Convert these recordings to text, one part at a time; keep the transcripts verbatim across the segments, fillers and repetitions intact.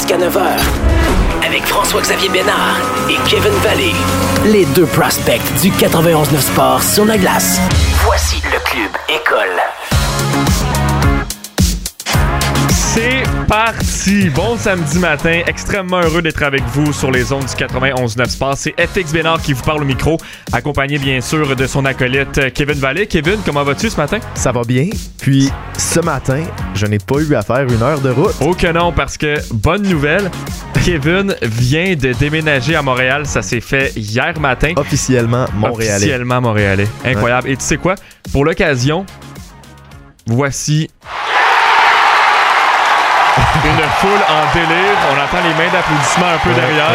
jusqu'à neuf heures. Avec François-Xavier Bénard et Kevin Vallée. Les deux prospects du quatre-vingt-onze neuf Sport sur la glace. Voici le Club École. C'est parti! Bon samedi matin, extrêmement heureux d'être avec vous sur les ondes du quatre-vingt-onze neuf Sport. C'est F X Bénard qui vous parle au micro, accompagné bien sûr de son acolyte Kevin Vallée. Kevin, comment vas-tu ce matin? Ça va bien. Puis ce matin, je n'ai pas eu à faire une heure de route. Oh que non, parce que, bonne nouvelle, Kevin vient de déménager à Montréal. Ça s'est fait hier matin. Officiellement montréalais. Officiellement montréalais. Incroyable. Ouais. Et tu sais quoi? Pour l'occasion, voici... une foule en délire. On entend les mains d'applaudissements un peu ouais, derrière.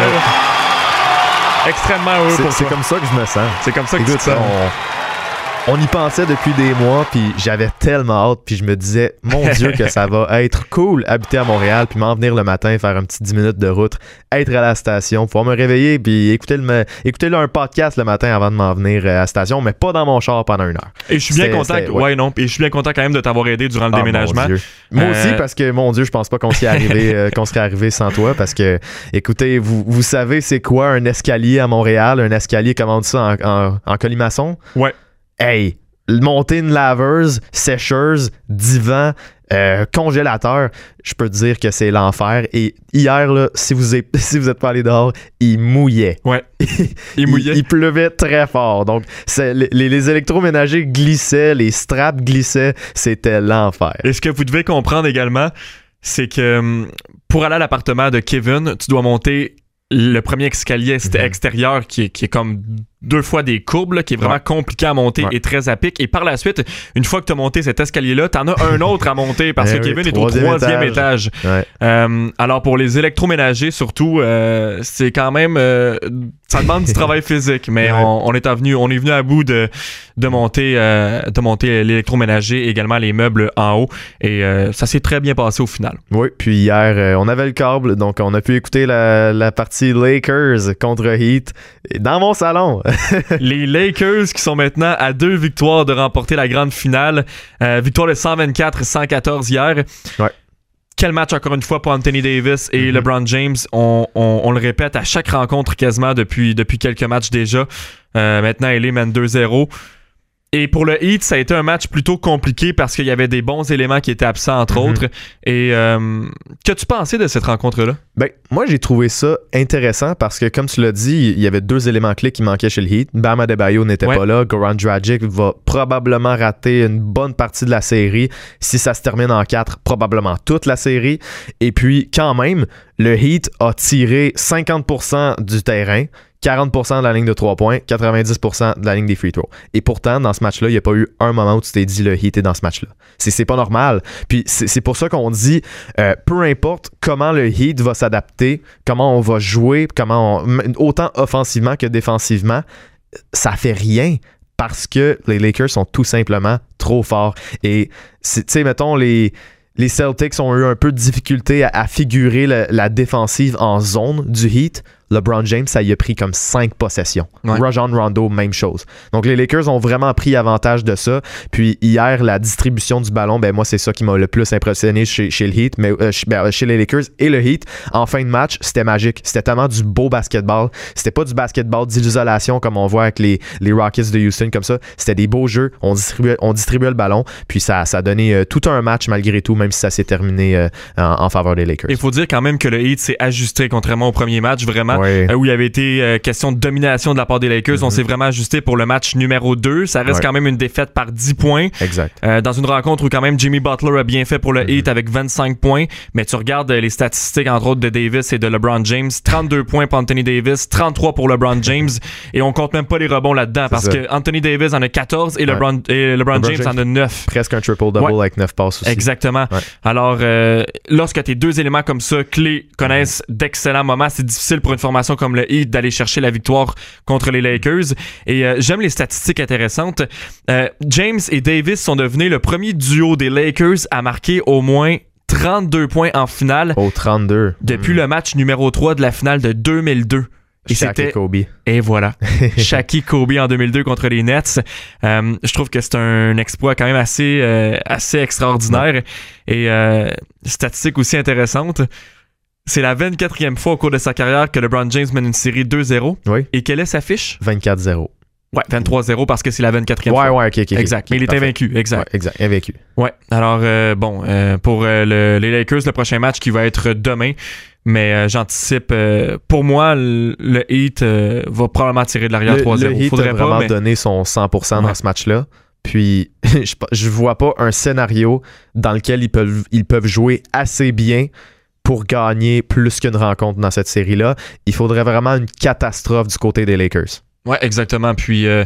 Ouais. Extrêmement heureux c'est, pour c'est toi. comme ça que je me sens. C'est comme ça que Écoute, tu te sens. On, on y pensait depuis des mois, puis j'avais tellement hâte, puis je me disais, mon Dieu, que ça va être cool habiter à Montréal, puis m'en venir le matin, faire un petit dix minutes de route, être à la station, pouvoir me réveiller, puis écouter, le, écouter là, un podcast le matin avant de m'en venir à la station, mais pas dans mon char pendant une heure. Et je suis bien content. Que, ouais. ouais, non. Et je suis bien content quand même de t'avoir aidé durant le ah, déménagement. Moi aussi, euh... parce que, mon Dieu, je pense pas qu'on s'y arrivé, euh, qu'on serait arrivé sans toi, parce que, écoutez, vous, vous savez c'est quoi un escalier à Montréal, un escalier, comment on dit ça, en, en, en colimaçon? Ouais. Hey! Monter une laveuse, sécheuse, divan, euh, congélateur, je peux te dire que c'est l'enfer. Et hier, là, si vous êtes, si vous êtes pas allé dehors, il mouillait. Ouais. Il mouillait. il, il pleuvait très fort. Donc, c'est, les, les électroménagers glissaient, les straps glissaient. C'était l'enfer. Et ce que vous devez comprendre également, c'est que pour aller à l'appartement de Kevin, tu dois monter le premier escalier mm-hmm. extérieur qui est, qui est comme deux fois des courbes, là, qui est vraiment ouais. compliqué à monter ouais. et très à pic. Et par la suite, une fois que tu as monté cet escalier-là, tu en as un autre à monter parce que oui, Kevin est au troisième étage. étage. Ouais. Euh, alors, pour les électroménagers, surtout, euh, c'est quand même... Euh, ça demande du travail physique, mais ouais. on, on, est venu, on est venu à bout de, de, monter, euh, de monter l'électroménager, également les meubles en haut. Et euh, ça s'est très bien passé au final. Oui, puis hier, euh, on avait le câble, donc on a pu écouter la, la partie Lakers contre Heat dans mon salon. Les Lakers qui sont maintenant à deux victoires de remporter la grande finale. Euh, victoire de cent vingt-quatre à cent quatorze hier. Ouais. Quel match encore une fois pour Anthony Davis et mm-hmm. LeBron James. On, on, on le répète à chaque rencontre quasiment depuis, depuis quelques matchs déjà. Euh, maintenant, L A mène deux zéro. Et pour le Heat, ça a été un match plutôt compliqué parce qu'il y avait des bons éléments qui étaient absents, entre mm-hmm. autres. Et euh, qu'as-tu pensé de cette rencontre-là? Ben, moi, j'ai trouvé ça intéressant parce que, comme tu l'as dit, il y avait deux éléments clés qui manquaient chez le Heat. Bam Adebayo n'était ouais. pas là. Goran Dragic va probablement rater une bonne partie de la série. Si ça se termine en quatre, probablement toute la série. Et puis, quand même, le Heat a tiré cinquante pour cent du terrain, quarante pour cent de la ligne de trois points, quatre-vingt-dix pour cent de la ligne des free throws. Et pourtant, dans ce match-là, il n'y a pas eu un moment où tu t'es dit le Heat est dans ce match-là. C'est, c'est pas normal. Puis c'est, c'est pour ça qu'on dit, euh, peu importe comment le Heat va s'adapter, comment on va jouer, comment on, autant offensivement que défensivement, ça fait rien. Parce que les Lakers sont tout simplement trop forts. Et, tu sais, mettons, les... Les Celtics ont eu un peu de difficulté à, à figurer la, la défensive en zone du Heat. LeBron James, ça y a pris comme cinq possessions. Ouais. Rajon Rondo, même chose. Donc, les Lakers ont vraiment pris avantage de ça. Puis, hier, la distribution du ballon, ben moi, c'est ça qui m'a le plus impressionné chez, chez le Heat, mais euh, chez, ben, chez les Lakers et le Heat. En fin de match, c'était magique. C'était tellement du beau basketball. C'était pas du basketball d'isolation comme on voit avec les, les Rockets de Houston comme ça. C'était des beaux jeux. On distribuait, on distribuait le ballon. Puis, ça, ça a donné euh, tout un match malgré tout, même si ça s'est terminé euh, en, en faveur des Lakers. Il faut dire quand même que le Heat s'est ajusté contrairement au premier match, vraiment. Oui. Euh, où il y avait été euh, question de domination de la part des Lakers. Mm-hmm. On s'est vraiment ajusté pour le match numéro deux. Ça reste ouais. quand même une défaite par dix points. Exact. Euh, dans une rencontre où quand même Jimmy Butler a bien fait pour le mm-hmm. Heat avec vingt-cinq points. Mais tu regardes euh, les statistiques, entre autres, de Davis et de LeBron James. trente-deux points pour Anthony Davis, trente-trois pour LeBron James. Et on compte même pas les rebonds là-dedans. C'est parce ça. que Anthony Davis en a quatorze et, ouais. LeBron, et LeBron, LeBron James, James en a neuf. Presque un triple-double ouais. avec neuf passes aussi. Exactement. Ouais. Alors, euh, lorsque tes deux éléments comme ça, clés, connaissent mm-hmm. d'excellents moments, c'est difficile pour une formation comme le Heat d'aller chercher la victoire contre les Lakers. Et euh, j'aime les statistiques intéressantes. Euh, James et Davis sont devenus le premier duo des Lakers à marquer au moins trente-deux points en finale. Oh, trente-deux. Depuis mmh. le match numéro trois de la finale de deux mille deux. Et Shaq c'était... et Kobe. Et voilà. Shaq Kobe en deux mille deux contre les Nets. Euh, je trouve que c'est un exploit quand même assez, euh, assez extraordinaire. Ouais. Et euh, statistique aussi intéressante. C'est la vingt-quatrième fois au cours de sa carrière que LeBron James mène une série deux zéro. Oui. Et quelle est sa fiche? vingt-quatre zéro. Ouais, vingt-trois zéro parce que c'est la vingt-quatrième ouais, fois. Ouais, ok, ok. Exact. Okay, mais il est parfait. invaincu, exact. Ouais, exact, invaincu. Ouais, alors euh, bon, euh, pour euh, le, les Lakers, le prochain match qui va être demain, mais euh, j'anticipe, euh, pour moi, le, le Heat euh, va probablement tirer de l'arrière le, trois zéro. Le Heat Faudrait a pas, vraiment mais... donné son cent pour cent ouais. dans ce match-là. Puis, je, je vois pas un scénario dans lequel ils peuvent, ils peuvent jouer assez bien pour gagner plus qu'une rencontre dans cette série-là. Il faudrait vraiment une catastrophe du côté des Lakers. Ouais, exactement. Puis, euh,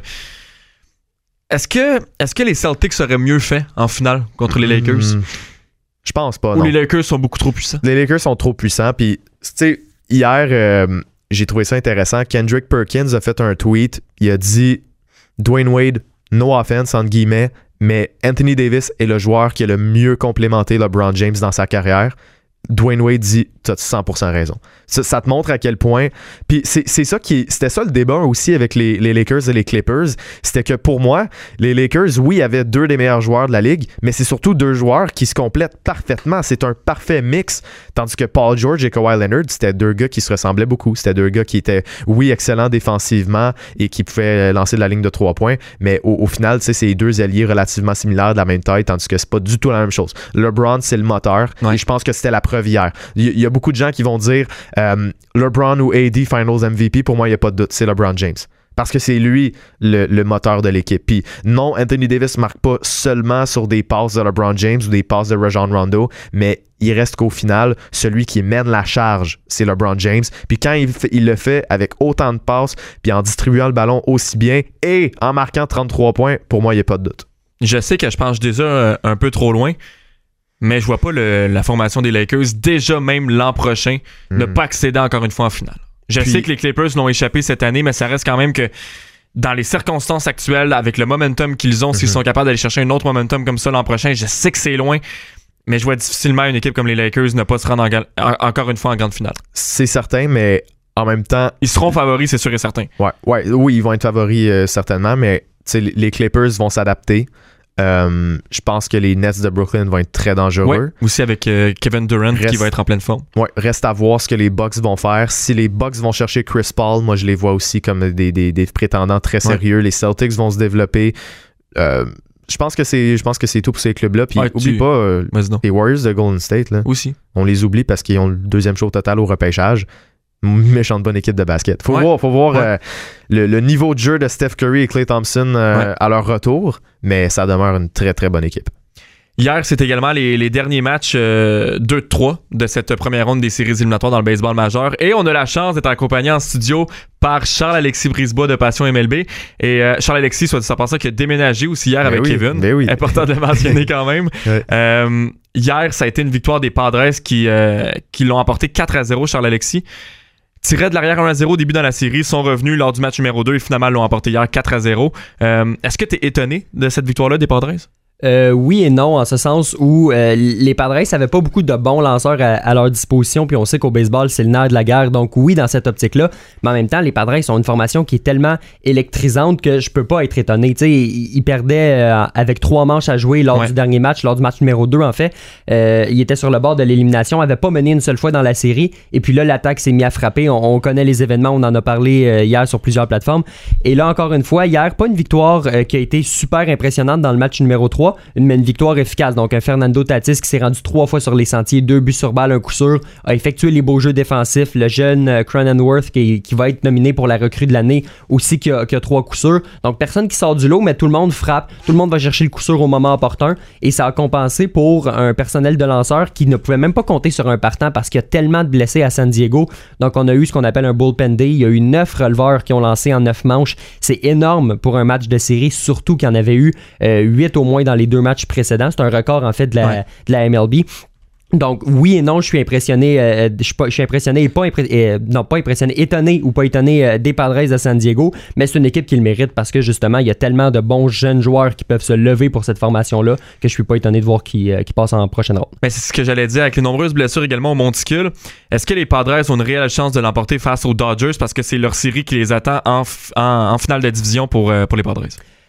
est-ce que, est-ce que les Celtics auraient mieux fait en finale contre les Lakers? Mmh, je pense pas, Ou non. les Lakers sont beaucoup trop puissants? Les Lakers sont trop puissants. Puis, tu sais, hier, euh, j'ai trouvé ça intéressant. Kendrick Perkins a fait un tweet. Il a dit « Dwayne Wade, no offense, entre guillemets, mais Anthony Davis est le joueur qui a le mieux complémenté LeBron James dans sa carrière. » Dwayne Wade dit « T'as cent pour cent raison. » Ça, ça te montre à quel point... Puis c'est, c'est ça qui... C'était ça le débat aussi avec les, les Lakers et les Clippers. C'était que pour moi, les Lakers, oui, avaient deux des meilleurs joueurs de la ligue, mais c'est surtout deux joueurs qui se complètent parfaitement. C'est un parfait mix. Tandis que Paul George et Kawhi Leonard, c'était deux gars qui se ressemblaient beaucoup. C'était deux gars qui étaient, oui, excellents défensivement et qui pouvaient lancer de la ligne de trois points, mais au, au final, tu sais, c'est deux alliés relativement similaires de la même taille, tandis que c'est pas du tout la même chose. LeBron, c'est le moteur, ouais. Et je pense que c'était la preuve hier. Il y, y a beaucoup de gens qui vont dire euh, LeBron ou A D Finals M V P, pour moi, il n'y a pas de doute, c'est LeBron James. Parce que c'est lui le, le moteur de l'équipe. Puis non, Anthony Davis ne marque pas seulement sur des passes de LeBron James ou des passes de Rajon Rondo, mais il reste qu'au final, celui qui mène la charge, c'est LeBron James. Puis quand il, fait, il le fait avec autant de passes, puis en distribuant le ballon aussi bien et en marquant trente-trois points, pour moi, il n'y a pas de doute. Je sais que je penche déjà euh, un peu trop loin, mais je vois pas le, la formation des Lakers, déjà même l'an prochain, mm. ne pas accéder encore une fois en finale. Je Puis, sais que les Clippers l'ont échappé cette année, mais ça reste quand même que dans les circonstances actuelles, avec le momentum qu'ils ont, mm-hmm. s'ils sont capables d'aller chercher un autre momentum comme ça l'an prochain, je sais que c'est loin, mais je vois difficilement une équipe comme les Lakers ne pas se rendre en ga- en, encore une fois en grande finale. C'est certain, mais en même temps... Ils seront favoris, c'est sûr et certain. Ouais, ouais, oui, ils vont être favoris euh, certainement, mais les Clippers vont s'adapter. Euh, je pense que les Nets de Brooklyn vont être très dangereux. Ouais, aussi avec euh, Kevin Durant reste, qui va être en pleine forme. Ouais, reste à voir ce que les Bucks vont faire. Si les Bucks vont chercher Chris Paul, moi je les vois aussi comme des, des, des prétendants très sérieux. Ouais. Les Celtics vont se développer. Euh, je pense que c'est je pense que c'est tout pour ces clubs-là. Puis ouais, oublie tu... pas euh, les Warriors de Golden State. Là. Aussi. On les oublie parce qu'ils ont le deuxième show total au repêchage. Méchante bonne équipe de basket. Faut ouais. voir, faut voir ouais. euh, le, le niveau de jeu de Steph Curry et Klay Thompson euh, ouais. à leur retour, mais ça demeure une très très bonne équipe. Hier, c'est également les, les derniers matchs euh, deux trois de cette première ronde des séries éliminatoires dans le baseball majeur. Et on a la chance d'être accompagné en studio par Charles-Alexis Brisebois de Passion M L B. Et euh, Charles-Alexis, soit dit en passant, qui a déménagé aussi hier ben avec oui, Kevin. Ben oui. Important de le mentionner quand même. ouais. euh, hier, ça a été une victoire des Padres qui, euh, qui l'ont emporté quatre à zéro, Charles-Alexis. Tiraient de l'arrière un à zéro au début dans la série, sont revenus lors du match numéro deux et finalement l'ont emporté hier quatre à zéro. Euh, est-ce que tu es étonné de cette victoire-là des Padres? Euh, oui et non, en ce sens où euh, les Padres n'avaient pas beaucoup de bons lanceurs à, à leur disposition, puis on sait qu'au baseball, c'est le nerf de la guerre, donc oui, dans cette optique-là, mais en même temps, les Padres ont une formation qui est tellement électrisante que je peux pas être étonné. Tu sais, ils, ils perdaient euh, avec trois manches à jouer lors ouais. du dernier match, lors du match numéro deux, en fait. Euh, ils étaient sur le bord de l'élimination, n'avaient pas mené une seule fois dans la série, et puis là, l'attaque s'est mise à frapper. On, on connaît les événements, on en a parlé euh, hier sur plusieurs plateformes. Et là, encore une fois, hier, pas une victoire euh, qui a été super impressionnante dans le match numéro trois, mais une victoire efficace. Donc, un Fernando Tatis qui s'est rendu trois fois sur les sentiers, deux buts sur balle, un coup sûr, a effectué les beaux jeux défensifs. Le jeune euh, Cronenworth qui, qui va être nominé pour la recrue de l'année aussi qui a, qui a trois coups sûrs. Donc, personne qui sort du lot, mais tout le monde frappe. Tout le monde va chercher le coup sûr au moment opportun. Et ça a compensé pour un personnel de lanceurs qui ne pouvait même pas compter sur un partant parce qu'il y a tellement de blessés à San Diego. Donc, on a eu ce qu'on appelle un bullpen day. Il y a eu neuf releveurs qui ont lancé en neuf manches. C'est énorme pour un match de série, surtout qu'il y en avait eu euh, huit au moins dans les deux matchs précédents. C'est un record en fait de la, ouais. de la M L B. Donc oui et non, je suis impressionné euh, je, suis pas, je suis impressionné et pas impré- euh, non pas impressionné, étonné ou pas étonné euh, des Padres de San Diego, mais c'est une équipe qui le mérite parce que justement il y a tellement de bons jeunes joueurs qui peuvent se lever pour cette formation-là que je suis pas étonné de voir qui, euh, qui passe en prochaine ronde. Mais c'est ce que j'allais dire avec les nombreuses blessures également au monticule. Est-ce que les Padres ont une réelle chance de l'emporter face aux Dodgers parce que c'est leur série qui les attend en, f- en, en finale de division pour, euh, pour les Padres?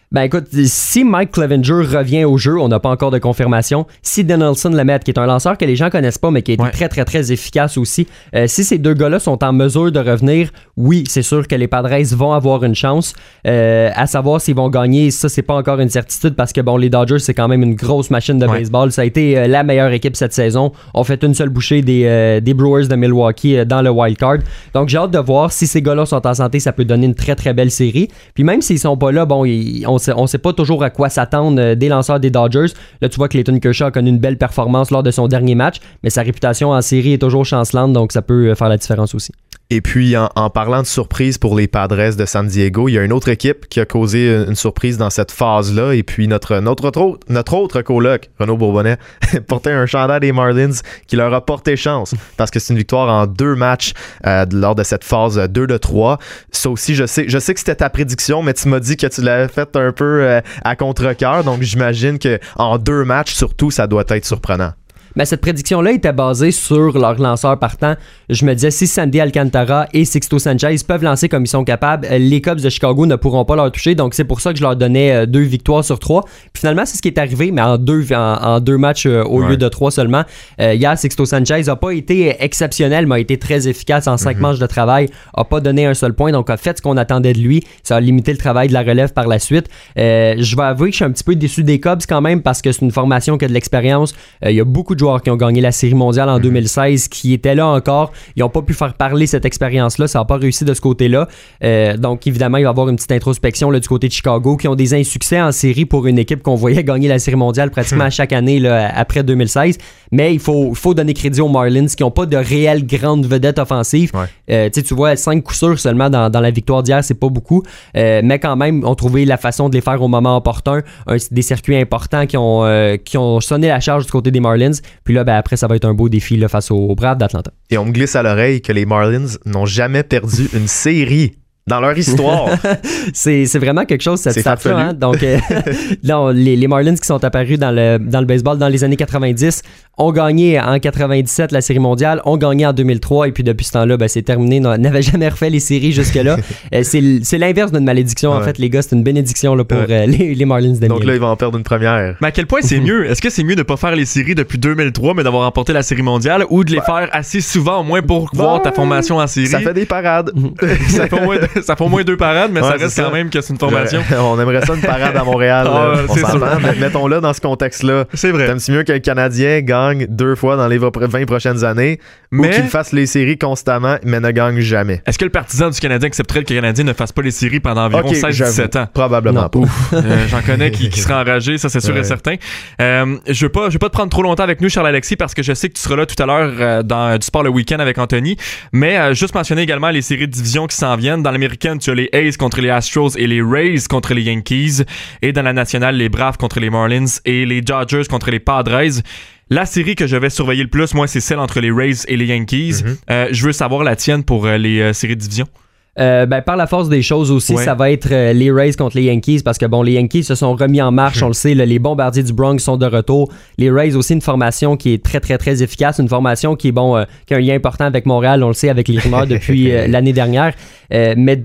Ben écoute, si Mike Clevenger revient au jeu, on n'a pas encore de confirmation. Si Donaldson Lamet, qui est un lanceur que les gens connaissent pas, mais qui a été ouais. très très très efficace aussi, euh, si ces deux gars-là sont en mesure de revenir, oui, c'est sûr que les Padres vont avoir une chance. Euh, à savoir s'ils vont gagner, ça c'est pas encore une certitude parce que bon, les Dodgers c'est quand même une grosse machine de ouais. baseball. Ça a été euh, la meilleure équipe cette saison. On fait une seule bouchée des, euh, des Brewers de Milwaukee euh, dans le wild card. Donc j'ai hâte de voir si ces gars-là sont en santé, ça peut donner une très très belle série. Puis même s'ils sont pas là, bon, ils, on On ne sait pas toujours à quoi s'attendre euh, des lanceurs des Dodgers. Là, tu vois que Clayton Kershaw a connu une belle performance lors de son dernier match, mais sa réputation en série est toujours chancelante, donc ça peut faire la différence aussi. Et puis, en, en parlant de surprise pour les Padres de San Diego, il y a une autre équipe qui a causé une surprise dans cette phase-là. Et puis, notre, notre, autre, notre autre coloc, Renaud Bourbonnais, portait un chandail des Marlins qui leur a porté chance parce que c'est une victoire en deux matchs euh, lors de cette phase deux de trois. Ça aussi, je sais, je sais que c'était ta prédiction, mais tu m'as dit que tu l'avais fait un peu euh, à contre-cœur. Donc, j'imagine qu'en deux matchs, surtout, ça doit être surprenant. Mais cette prédiction-là était basée sur leur lanceur partant. Je me disais, si Sandy Alcantara et Sixto Sanchez peuvent lancer comme ils sont capables, les Cubs de Chicago ne pourront pas leur toucher. Donc, c'est pour ça que je leur donnais deux victoires sur trois. Puis finalement, c'est ce qui est arrivé, mais en deux, en, en deux matchs euh, au ouais. lieu de trois seulement. Euh, hier, Sixto Sanchez n'a pas été exceptionnel, mais a été très efficace en cinq mm-hmm. manches de travail. A pas donné un seul point, donc a fait ce qu'on attendait de lui. Ça a limité le travail de la relève par la suite. Euh, je vais avouer que je suis un petit peu déçu des Cubs quand même parce que c'est une formation qui a de l'expérience. Il euh, y a beaucoup de joueurs qui ont gagné la Série mondiale en mm-hmm. deux mille seize, qui étaient là encore. Ils n'ont pas pu faire parler cette expérience-là. Ça n'a pas réussi de ce côté-là. Euh, donc, évidemment, il va y avoir une petite introspection là, du côté de Chicago, qui ont des insuccès en série pour une équipe qu'on voyait gagner la Série mondiale pratiquement à chaque année là, après deux mille seize. Mais il faut, faut donner crédit aux Marlins qui n'ont pas de réelle grande vedette offensive. Ouais. Euh, tu vois, cinq coups sûrs seulement dans, dans la victoire d'hier, c'est pas beaucoup. Euh, mais quand même, on trouvé la façon de les faire au moment opportun. Un, des circuits importants qui ont, euh, qui ont sonné la charge du côté des Marlins. Puis là, ben, après, ça va être un beau défi là, face aux Braves d'Atlanta. Et on me glisse à l'oreille que les Marlins n'ont jamais perdu une série dans leur histoire. c'est, c'est vraiment quelque chose, cette stat-là. Hein? Donc, euh, non, les, les Marlins qui sont apparus dans le, dans le baseball dans les années quatre-vingt-dix ont gagné en quatre-vingt-dix-sept la Série mondiale, ont gagné en deux mille trois, et puis depuis ce temps-là, ben, c'est terminé. On n'avait jamais refait les séries jusque-là. euh, c'est, c'est l'inverse d'une malédiction, ouais. en fait, les gars. C'est une bénédiction là, pour ouais. euh, les, les Marlins de Donc là, ils vont en perdre une première. Mais à quel point c'est mieux? Est-ce que c'est mieux de ne pas faire les séries depuis deux mille trois, mais d'avoir remporté la Série mondiale, ou de les ouais. faire assez souvent, au moins, pour bah, voir ta formation en série? Ça fait des parades. ça, fait au moins, ça fait au moins deux parades, mais ouais, ça reste quand ça. même que c'est une formation. Ouais. On aimerait ça une parade à Montréal. Ah, on s'entend, mais mettons-le dans ce contexte-là. C'est vrai. T'aimes-tu mieux que le Canadien gagne deux fois dans les vingt prochaines années, mais... ou qu'il fasse les séries constamment, mais ne gagne jamais? Est-ce que le partisan du Canadien accepterait que le Canadien ne fasse pas les séries pendant environ okay, seize à dix-sept ans? Probablement non. pas. euh, j'en connais qui, qui seraient enragés, ça c'est sûr ouais. et certain. Euh, je veux pas, je veux pas te prendre trop longtemps avec nous, Charles-Alexis, parce que je sais que tu seras là tout à l'heure euh, dans du sport le week-end avec Anthony, mais euh, juste mentionner également les séries de division qui s'en viennent. Dans l'américaine, tu as les A's contre les Astros et les Rays contre les Yankees, et dans la nationale, les Braves contre les Marlins et les Dodgers contre les Padres. La série que je vais surveiller le plus, moi, c'est celle entre les Rays et les Yankees. Mm-hmm. Euh, je veux savoir la tienne pour euh, les euh, séries de division. Euh, ben, par la force des choses aussi, ouais. ça va être euh, les Rays contre les Yankees parce que bon, les Yankees se sont remis en marche, mmh. on le sait, là, les bombardiers du Bronx sont de retour. Les Rays aussi, une formation qui est très très très efficace, une formation qui est bon, euh, qui a un lien important avec Montréal, on le sait, avec les rumeurs depuis euh, l'année dernière. Euh, mais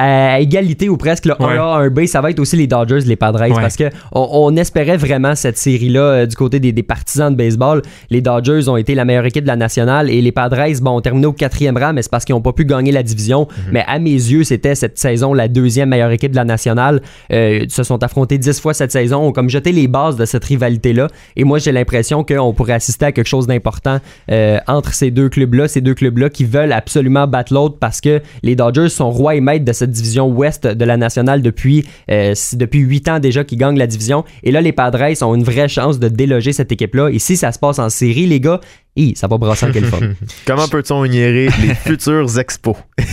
à égalité ou presque, le ouais. un A, un B, ça va être aussi les Dodgers, les Padres, ouais. parce que on, on espérait vraiment cette série-là euh, du côté des, des partisans de baseball. Les Dodgers ont été la meilleure équipe de la nationale et les Padres, bon, ont terminé au quatrième rang, mais c'est parce qu'ils n'ont pas pu gagner la division. Mmh. Mais à mes yeux, c'était cette saison la deuxième meilleure équipe de la nationale. Euh, ils se sont affrontés dix fois cette saison, ont comme jeté les bases de cette rivalité-là. Et moi, j'ai l'impression qu'on pourrait assister à quelque chose d'important euh, entre ces deux clubs-là, ces deux clubs-là qui veulent absolument battre l'autre parce que les Dodgers sont rois et maîtres de cette division ouest de la nationale depuis euh, depuis huit ans déjà qu'ils gagnent la division. Et là, les Padres ont une vraie chance de déloger cette équipe-là. Et si ça se passe en série, les gars, hi, ça va brasser en quelle forme. Comment peut-on ignorer les futurs expos?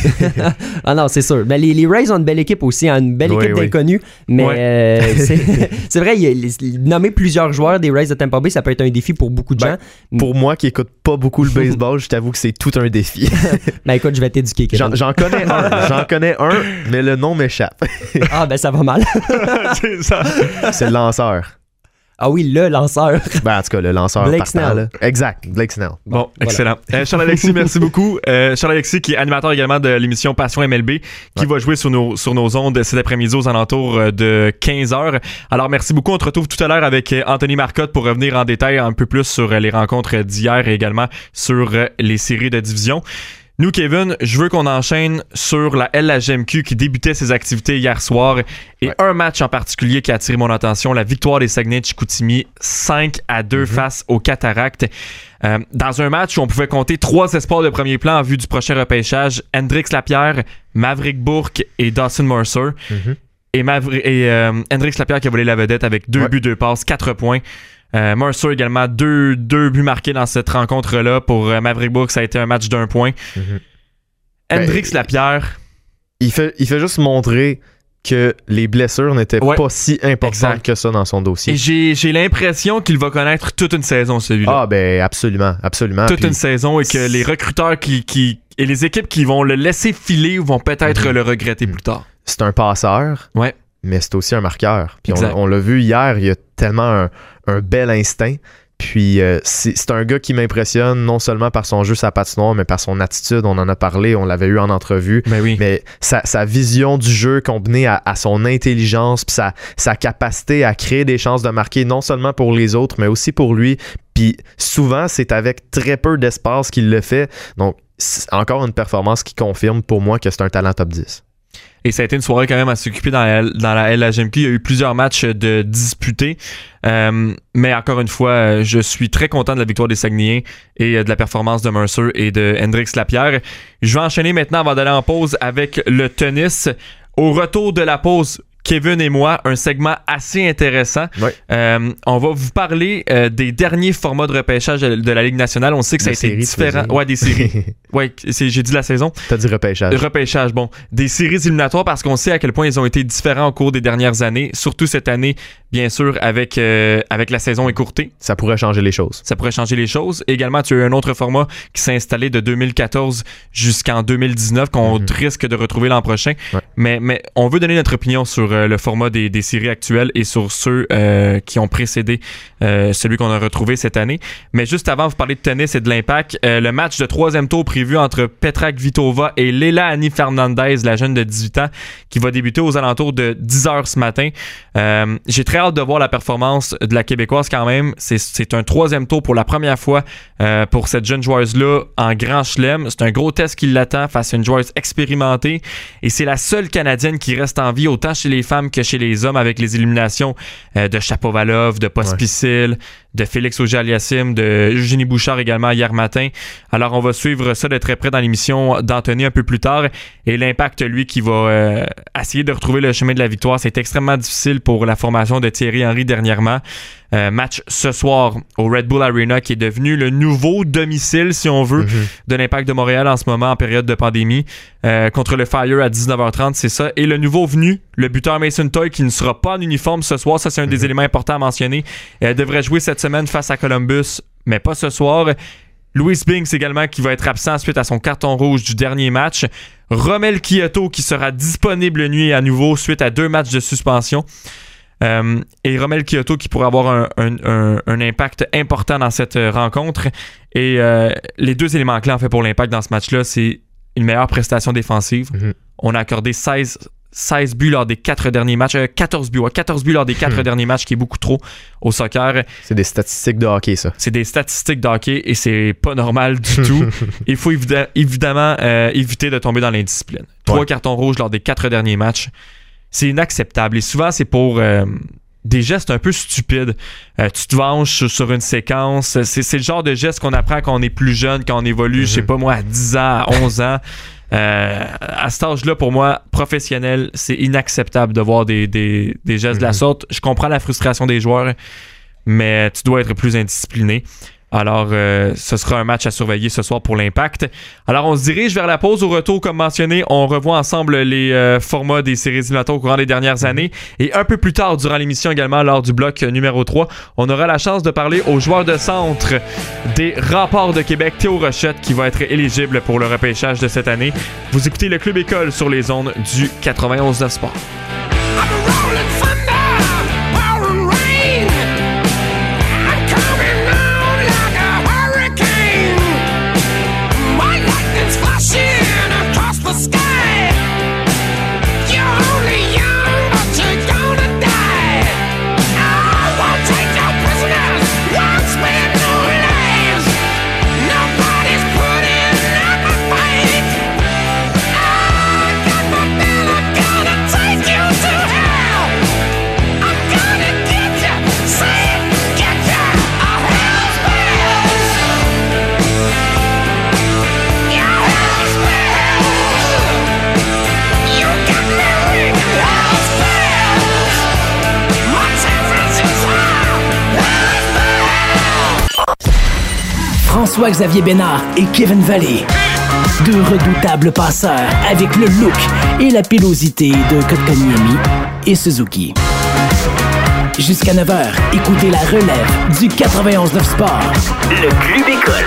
Ah non, c'est sûr. Ben, les, les Rays ont une belle équipe aussi, hein, une belle oui, équipe oui. d'inconnus. Mais ouais. euh, c'est, c'est vrai, il y a, nommer plusieurs joueurs des Rays de Tampa Bay, ça peut être un défi pour beaucoup de ben, gens. Pour moi qui écoute pas beaucoup le baseball, je t'avoue que c'est tout un défi. Ben écoute, je vais t'éduquer. J'en, j'en connais un, j'en connais un, mais le nom m'échappe. Ah ben ça va mal. C'est ça. C'est le lanceur. Ah oui, le lanceur. Ben, en tout cas, le lanceur Blake partant, Snell. là. Exact, Blake Snell. Bon, Bon excellent. Euh, Charles-Alexis, merci beaucoup. Euh, Charles-Alexis, qui est animateur également de l'émission Passion M L B, qui ouais. va jouer sur nos, sur nos ondes cet après-midi aux alentours de quinze heures. Alors, merci beaucoup. On te retrouve tout à l'heure avec Anthony Marcotte pour revenir en détail un peu plus sur les rencontres d'hier et également sur les séries de division. Nous, Kevin, je veux qu'on enchaîne sur la L A G M Q qui débutait ses activités hier soir et ouais. un match en particulier qui a attiré mon attention, la victoire des Saguenay de Chicoutimi cinq à deux mm-hmm. face aux Cataractes. Euh, dans un match où on pouvait compter trois espoirs de premier plan en vue du prochain repêchage, Hendrix Lapierre, Maverick Bourque et Dawson Mercer. Mm-hmm. Et, Mavri- et euh, Hendrix Lapierre qui a volé la vedette avec deux ouais. buts, deux passes, quatre points. Euh, Mercer également, deux, deux buts marqués dans cette rencontre-là. Pour euh, Maverick Bourque, ça a été un match d'un point. Mm-hmm. Hendrix ben, Lapierre... Il fait, il fait juste montrer que les blessures n'étaient ouais, pas si importantes exact. que ça dans son dossier. Et j'ai, j'ai l'impression qu'il va connaître toute une saison, celui-là. Ah ben absolument, absolument. Toute Puis... une saison et que les recruteurs qui, qui et les équipes qui vont le laisser filer vont peut-être mm-hmm. le regretter mm-hmm. plus tard. C'est un passeur. Ouais. Mais c'est aussi un marqueur. Puis on, on l'a vu hier, il y a tellement un, un bel instinct. Puis euh, c'est, c'est un gars qui m'impressionne non seulement par son jeu, sa patinoire, mais par son attitude. On en a parlé, on l'avait eu en entrevue. Ben oui. Mais sa, sa vision du jeu combinée à, à son intelligence, puis sa, sa capacité à créer des chances de marquer non seulement pour les autres, mais aussi pour lui. Puis souvent, c'est avec très peu d'espace qu'il le fait. Donc, c'est encore une performance qui confirme pour moi que c'est un talent top dix. Et ça a été une soirée quand même à s'occuper dans la, dans la L A G M Q. Il y a eu plusieurs matchs de disputés. Euh, mais encore une fois, je suis très content de la victoire des Saguenayens et de la performance de Mercer et de Hendrix Lapierre. Je vais enchaîner maintenant avant d'aller en pause avec le tennis. Au retour de la pause, Kevin et moi, un segment assez intéressant. Ouais. Euh, on va vous parler euh, des derniers formats de repêchage de, de la Ligue nationale. On sait que ça la a été différent. Ouais, des séries. ouais, c'est, j'ai dit la saison. T'as dit repêchage. Repêchage, bon. Des séries éliminatoires parce qu'on sait à quel point ils ont été différents au cours des dernières années. Surtout cette année, bien sûr, avec, euh, avec la saison écourtée. Ça pourrait changer les choses. Ça pourrait changer les choses. Également, tu as eu un autre format qui s'est installé de deux mille quatorze jusqu'en deux mille dix-neuf qu'on mm-hmm. risque de retrouver l'an prochain. Ouais. Mais, mais on veut donner notre opinion sur euh, le format des, des séries actuelles et sur ceux euh, qui ont précédé euh, celui qu'on a retrouvé cette année. Mais juste avant, vous parlez de tennis et de l'impact. Euh, le match de troisième tour prévu entre Petra Kvitova et Leila Annie Fernandez, la jeune de dix-huit ans, qui va débuter aux alentours de dix heures ce matin. Euh, j'ai très hâte de voir la performance de la Québécoise quand même. C'est, c'est un troisième tour pour la première fois euh, pour cette jeune joueuse-là en Grand Chelem. C'est un gros test qui l'attend face à une joueuse expérimentée. Et c'est la seule Canadienne qui reste en vie, autant chez les femmes que chez les hommes, avec les éliminations euh, de Shapovalov, de Pospisil, ouais. de Félix Auger-Aliassime, de Eugénie Bouchard également hier matin. Alors on va suivre ça de très près dans l'émission d'Anthony un peu plus tard. Et l'impact, lui, qui va euh, essayer de retrouver le chemin de la victoire. C'est extrêmement difficile pour la formation de Thierry Henry dernièrement. Euh, match ce soir au Red Bull Arena qui est devenu le nouveau domicile, si on veut, mm-hmm. de l'Impact de Montréal en ce moment en période de pandémie. Euh, contre le Fire à dix-neuf heures trente, c'est ça. Et le nouveau venu, le buteur Mason Toy, qui ne sera pas en uniforme ce soir, ça c'est un mm-hmm. des éléments importants à mentionner. Elle devrait jouer cette semaine face à Columbus, mais pas ce soir. Louis Binks également qui va être absent suite à son carton rouge du dernier match. Romel Kyoto qui sera disponible nuit à nouveau suite à deux matchs de suspension. Euh, et Romel Kyoto qui pourrait avoir un, un, un, un impact important dans cette rencontre. Et euh, les deux éléments clés en fait pour l'impact dans ce match-là, c'est une meilleure prestation défensive. Mm-hmm. On a accordé seize, seize buts lors des quatre derniers matchs. Euh, quatorze buts, ouais, quatorze buts lors des quatre mm. derniers matchs, qui est beaucoup trop au soccer. C'est des statistiques de hockey, ça. C'est des statistiques de hockey et c'est pas normal du tout. Il faut évida- évidemment euh, éviter de tomber dans l'indiscipline. Trois ouais. cartons rouges lors des quatre derniers matchs. C'est inacceptable. Et souvent, c'est pour euh, des gestes un peu stupides. Euh, tu te venges sur, sur une séquence. C'est, c'est le genre de geste qu'on apprend quand on est plus jeune, quand on évolue, mm-hmm. je sais pas moi, à dix ans, à onze ans. Euh, à cet âge-là, pour moi, professionnel, c'est inacceptable de voir des, des, des gestes mm-hmm. de la sorte. Je comprends la frustration des joueurs, mais tu dois être plus indiscipliné. Alors, euh, ce sera un match à surveiller ce soir pour l'Impact. Alors, on se dirige vers la pause. Au retour, comme mentionné, on revoit ensemble les euh, formats des séries éliminatoires au courant des dernières années. Et un peu plus tard, durant l'émission également, lors du bloc numéro trois, on aura la chance de parler au joueur de centre des Remparts de Québec, Théo Rochette, qui va être éligible pour le repêchage de cette année. Vous écoutez le Club École sur les ondes du quatre-vingt-onze neuf Sport. François-Xavier Bénard et Kevin Vallée. Deux redoutables passeurs avec le look et la pilosité de Kotkaniemi et Suzuki. Jusqu'à neuf heures, écoutez la relève du quatre-vingt-onze neuf Sport. Le Club École.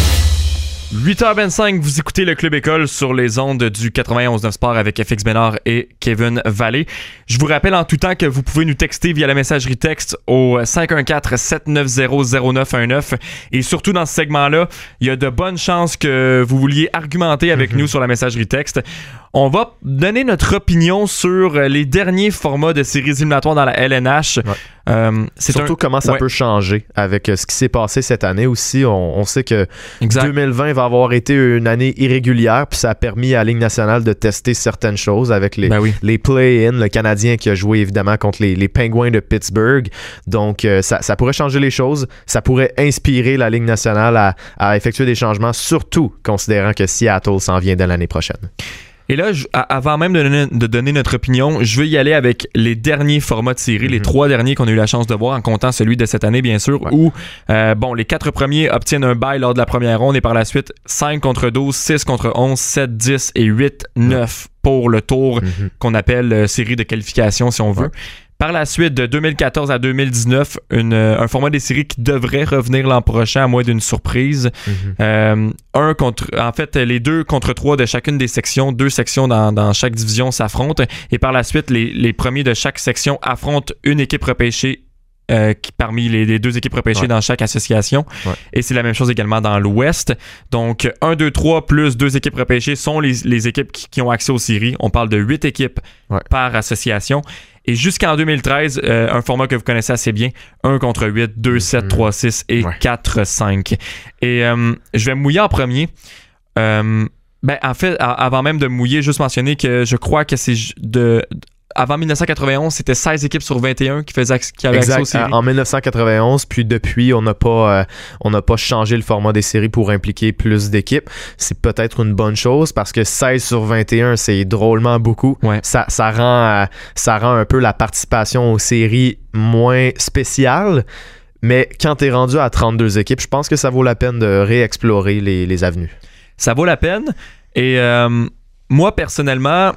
huit heures vingt-cinq, vous écoutez le Club École sur les ondes du quatre-vingt-onze neuf Sport avec F X Bénard et Kevin Vallée. Je vous rappelle en tout temps que vous pouvez nous texter via la messagerie texte au cinq un quatre, sept neuf zéro, zéro neuf un neuf. Et surtout dans ce segment-là, il y a de bonnes chances que vous vouliez argumenter avec mm-hmm. nous sur la messagerie texte. On va donner notre opinion sur les derniers formats de séries éliminatoires dans la L N H. Ouais. Euh, c'est Surtout un... comment ça ouais. peut changer avec ce qui s'est passé cette année aussi. On, on sait que exact. deux mille vingt va avoir été une année irrégulière, puis ça a permis à la Ligue nationale de tester certaines choses avec les, ben oui. les play-in, le Canadien qui a joué évidemment contre les, les Penguins de Pittsburgh. Donc euh, ça, ça pourrait changer les choses, ça pourrait inspirer la Ligue nationale à, à effectuer des changements, surtout considérant que Seattle s'en vient dès l'année prochaine. Et là, je, avant même de donner, de donner notre opinion, je veux y aller avec les derniers formats de série, mm-hmm. les trois derniers qu'on a eu la chance de voir, en comptant celui de cette année, bien sûr, ouais. où euh, bon, les quatre premiers obtiennent un bye lors de la première ronde et par la suite, cinq contre douze, six contre onze, sept, dix et huit, neuf pour le tour mm-hmm. qu'on appelle euh, série de qualification, si on veut. Ouais. Par la suite, de deux mille quatorze à deux mille dix-neuf, une, un format des séries qui devrait revenir l'an prochain, à moins d'une surprise. Mm-hmm. Euh, un contre, en fait, les deux contre trois de chacune des sections, deux sections dans, dans chaque division s'affrontent. Et par la suite, les, les premiers de chaque section affrontent une équipe repêchée Euh, qui, parmi les, les deux équipes repêchées ouais. dans chaque association. Ouais. Et c'est la même chose également dans l'Ouest. Donc, un, deux, trois plus deux équipes repêchées sont les, les équipes qui, qui ont accès aux séries. On parle de huit équipes ouais. par association. Et jusqu'en deux mille treize, euh, un format que vous connaissez assez bien, un contre huit, deux, sept, mm-hmm. trois, six et ouais. quatre, cinq. Et euh, je vais me mouiller en premier. Euh, ben, en fait, a, avant même de me mouiller, juste mentionner que je crois que c'est de... Avant dix-neuf cent quatre-vingt-onze, c'était seize équipes sur vingt et un qui, faisaient, qui avaient exact. accès aux séries. En dix-neuf cent quatre-vingt-onze, puis depuis, on n'a pas, euh, on n'a pas changé le format des séries pour impliquer plus d'équipes. C'est peut-être une bonne chose parce que seize sur vingt et un, c'est drôlement beaucoup. Ouais. Ça, ça, rend, euh, ça rend un peu la participation aux séries moins spéciale. Mais quand t'es rendu à trente-deux équipes, je pense que ça vaut la peine de réexplorer les, les avenues. Ça vaut la peine. Et euh, moi, personnellement...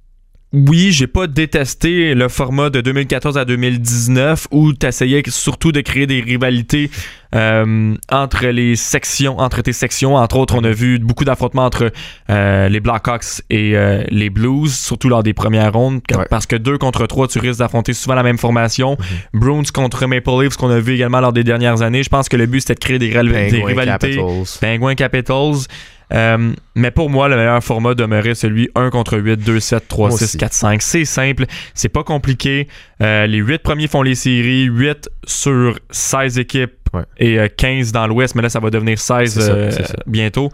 Oui, j'ai pas détesté le format de deux mille quatorze à deux mille dix-neuf où tu essayais surtout de créer des rivalités euh, entre les sections, entre tes sections. Entre autres, on a vu beaucoup d'affrontements entre euh, les Blackhawks et euh, les Blues, surtout lors des premières rondes, ouais. parce que deux contre trois, tu risques d'affronter souvent la même formation. Mm-hmm. Bruins contre Maple Leafs, qu'on a vu également lors des dernières années. Je pense que le but, c'était de créer des, ral- des rivalités. Capitals. Penguins Capitals. Euh, mais pour moi, le meilleur format demeurait celui un contre huit, deux, sept, trois, six, quatre, cinq. C'est simple, c'est pas compliqué. Euh, les huit premiers font les séries, huit sur seize équipes ouais. et euh, quinze dans l'Ouest, mais là, ça va devenir seize c'est ça, euh, c'est ça. bientôt.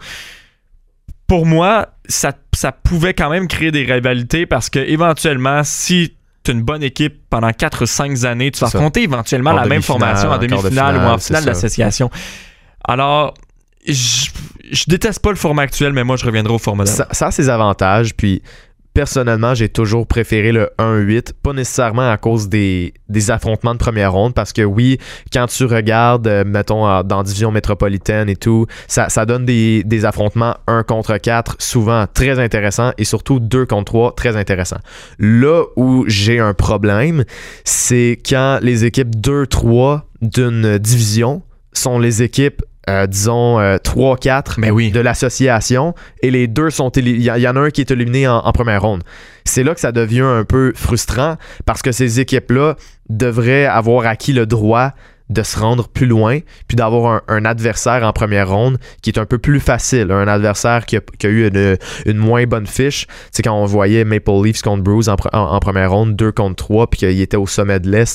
Pour moi, ça, ça pouvait quand même créer des rivalités parce que éventuellement, si tu une bonne équipe pendant quatre ou cinq années, tu vas affronter éventuellement en la même formation en demi-finale ou en finale d'association. Alors... Je, je déteste pas le format actuel, mais moi, je reviendrai au format d'avant. Ça, ça a ses avantages, puis personnellement, j'ai toujours préféré le un huit, pas nécessairement à cause des, des affrontements de première ronde, parce que oui, quand tu regardes, euh, mettons, euh, dans division métropolitaine et tout, ça, ça donne des, des affrontements un contre quatre, souvent très intéressants, et surtout deux contre trois, très intéressants. Là où j'ai un problème, c'est quand les équipes deux trois d'une division sont les équipes Euh, disons euh, trois quatre oui. de l'association et les deux sont il y, y en a un qui est éliminé en, en première ronde. C'est là que ça devient un peu frustrant parce que ces équipes-là devraient avoir acquis le droit de se rendre plus loin puis d'avoir un, un adversaire en première ronde qui est un peu plus facile, un adversaire qui a, qui a eu une, une moins bonne fiche. C'est quand on voyait Maple Leafs contre Bruins en, en, en première ronde, deux contre trois puis qu'il était au sommet de l'Est,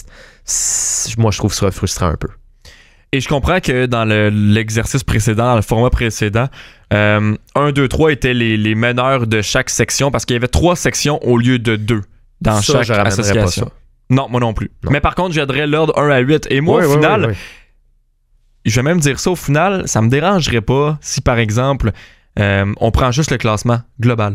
moi je trouve ça frustrant un peu. Et je comprends que dans le, l'exercice précédent, dans le format précédent, euh, un, deux, trois étaient les, les meneurs de chaque section parce qu'il y avait trois sections au lieu de deux dans ça, chaque association. Pas ça. Non, moi non plus. Non. Mais par contre, j'aiderais l'ordre un à huit. Et moi, oui, au oui, final, oui, oui. je vais même dire ça, au final, ça me dérangerait pas si, par exemple, euh, on prend juste le classement global.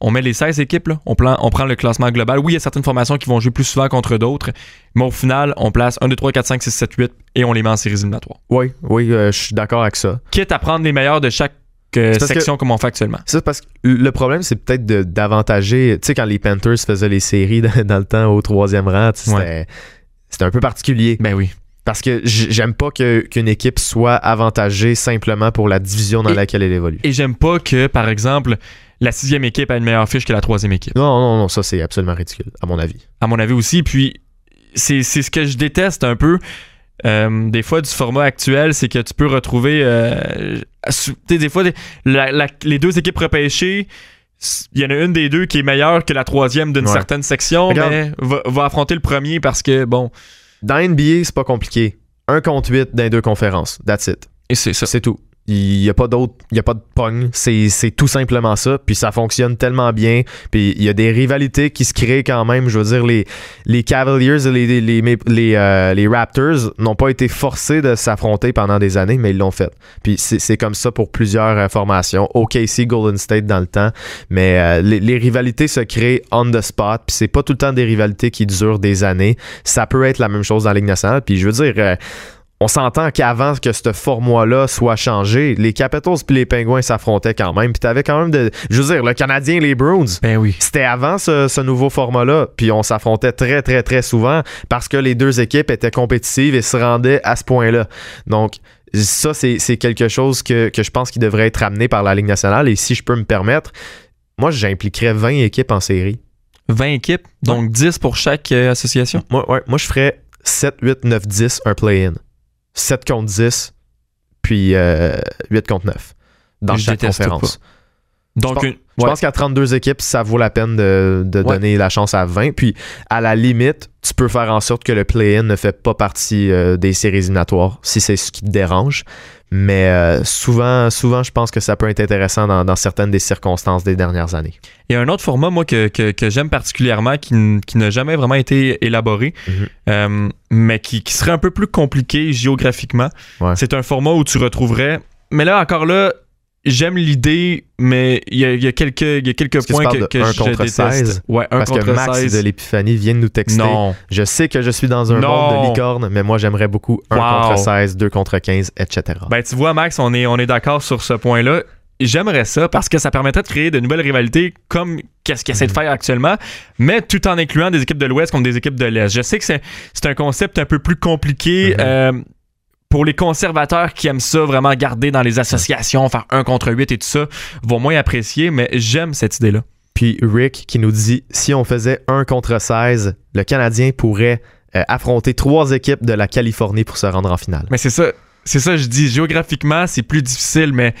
on met les seize équipes, là, on, plan, on prend le classement global. Oui, il y a certaines formations qui vont jouer plus souvent contre d'autres, mais au final, on place un, deux, trois, quatre, cinq, six, sept, huit et on les met en séries éliminatoires. Oui, oui, euh, je suis d'accord avec ça. Quitte à prendre les meilleurs de chaque euh, section que, comme on fait actuellement. C'est parce que le problème, c'est peut-être de, d'avantager. Tu sais, quand les Panthers faisaient les séries dans, dans le temps au troisième rang, c'était, ouais. c'était un peu particulier. Ben oui. Parce que j'aime pas que, qu'une équipe soit avantagée simplement pour la division dans et, laquelle elle évolue. Et j'aime pas que, par exemple, la sixième équipe a une meilleure fiche que la troisième équipe. Non, non, non, ça c'est absolument ridicule, à mon avis. À mon avis aussi. Puis, c'est, c'est ce que je déteste un peu euh, des fois du format actuel, c'est que tu peux retrouver euh, des fois des, la, la, les deux équipes repêchées. Il y en a une des deux qui est meilleure que la troisième d'une ouais. certaine section, Regarde. mais va, va affronter le premier parce que, bon... Dans N B A, c'est pas compliqué. un contre huit dans les deux conférences. That's it. Et c'est ça. C'est tout. Il n'y a pas d'autre, il n'y a pas de pogne. C'est, c'est tout simplement ça. Puis ça fonctionne tellement bien. Puis il y a des rivalités qui se créent quand même. Je veux dire, les, les Cavaliers et les, les, les, les, euh, les Raptors n'ont pas été forcés de s'affronter pendant des années, mais ils l'ont fait. Puis c'est, c'est comme ça pour plusieurs euh, formations. O K C, Golden State dans le temps. Mais euh, les, les rivalités se créent on the spot. Puis c'est pas tout le temps des rivalités qui durent des années. Ça peut être la même chose dans la Ligue nationale. Puis je veux dire... Euh, on s'entend qu'avant que ce format-là soit changé, les Capitals puis les Penguins s'affrontaient quand même. Puis t'avais quand même de... Je veux dire, le Canadien et les Bruins, ben oui. c'était avant ce, ce nouveau format-là. Puis on s'affrontait très, très, très souvent parce que les deux équipes étaient compétitives et se rendaient à ce point-là. Donc, ça, c'est, c'est quelque chose que, que je pense qui devrait être amené par la Ligue nationale. Et si je peux me permettre, moi, j'impliquerais vingt équipes en série. vingt équipes? Donc ouais. dix pour chaque euh, association? Moi, ouais, moi, je ferais sept, huit, neuf, dix, un play-in. sept contre dix, puis euh, huit contre neuf dans je chaque conférence. Pas. Donc, je pense, une, je ouais. pense qu'à trente-deux équipes, ça vaut la peine de, de ouais. donner la chance à vingt. Puis, à la limite, tu peux faire en sorte que le play-in ne fait pas partie euh, des séries éliminatoires, si c'est ce qui te dérange. Mais euh, souvent, souvent, je pense que ça peut être intéressant dans, dans certaines des circonstances des dernières années. Il y a un autre format, moi, que, que, que j'aime particulièrement, qui, qui n'a jamais vraiment été élaboré, mm-hmm. euh, mais qui, qui serait un peu plus compliqué géographiquement. Ouais. C'est un format où tu retrouverais... Mais là, encore là, j'aime l'idée, mais il y a, il y a quelques, il y a quelques points que, que je déteste. seize? Ouais, un Parce contre que Max seize. de l'Épiphanie vient de nous texter. Non. Je sais que je suis dans un non. monde de licorne, mais moi, j'aimerais beaucoup un wow. contre seize, deux contre quinze, et cetera. Ben, tu vois, Max, on est, on est d'accord sur ce point-là. J'aimerais ça parce que ça permettrait de créer de nouvelles rivalités comme qu'est-ce qu'ils essaient de faire actuellement, mais tout en incluant des équipes de l'Ouest contre des équipes de l'Est. Je sais que c'est, c'est un concept un peu plus compliqué. Mm-hmm. Euh, Pour les conservateurs qui aiment ça, vraiment garder dans les associations, faire un contre huit et tout ça, vont moins apprécier, mais j'aime cette idée-là. Puis Rick qui nous dit, si on faisait un contre seize, le Canadien pourrait euh, affronter trois équipes de la Californie pour se rendre en finale. Mais c'est ça, c'est ça je dis, géographiquement, c'est plus difficile, mais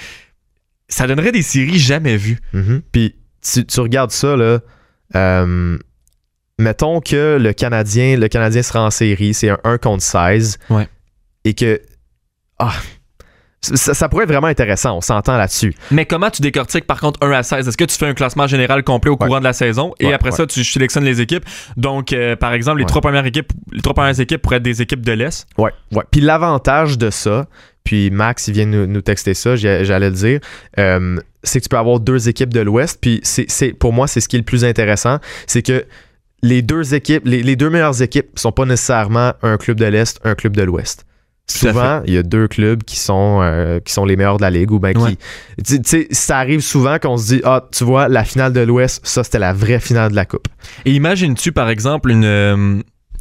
ça donnerait des séries jamais vues. Mm-hmm. Puis tu, tu regardes ça, là, euh, mettons que le Canadien, le Canadien sera en série, c'est un un contre seize. Ouais. Et que ah, ça, ça pourrait être vraiment intéressant, on s'entend là-dessus. Mais comment tu décortiques par contre un à seize? Est-ce que tu fais un classement général complet au courant ouais. de la saison et ouais, après ouais. ça tu sélectionnes les équipes? Donc euh, par exemple les ouais. trois premières équipes, les trois premières équipes pourraient être des équipes de l'Est. Ouais, ouais. Puis l'avantage de ça, puis Max il vient nous, nous texter ça, j'allais le dire, euh, c'est que tu peux avoir deux équipes de l'Ouest. Puis c'est, c'est pour moi c'est ce qui est le plus intéressant, c'est que les deux équipes, les, les deux meilleures équipes sont pas nécessairement un club de l'Est, un club de l'Ouest. Souvent, il y a deux clubs qui sont, euh, qui sont les meilleurs de la ligue ou ben ouais. qui. Tu sais, ça arrive souvent qu'on se dit ah, tu vois, la finale de l'Ouest, ça c'était la vraie finale de la Coupe. Et imagines-tu, par exemple, une. Euh,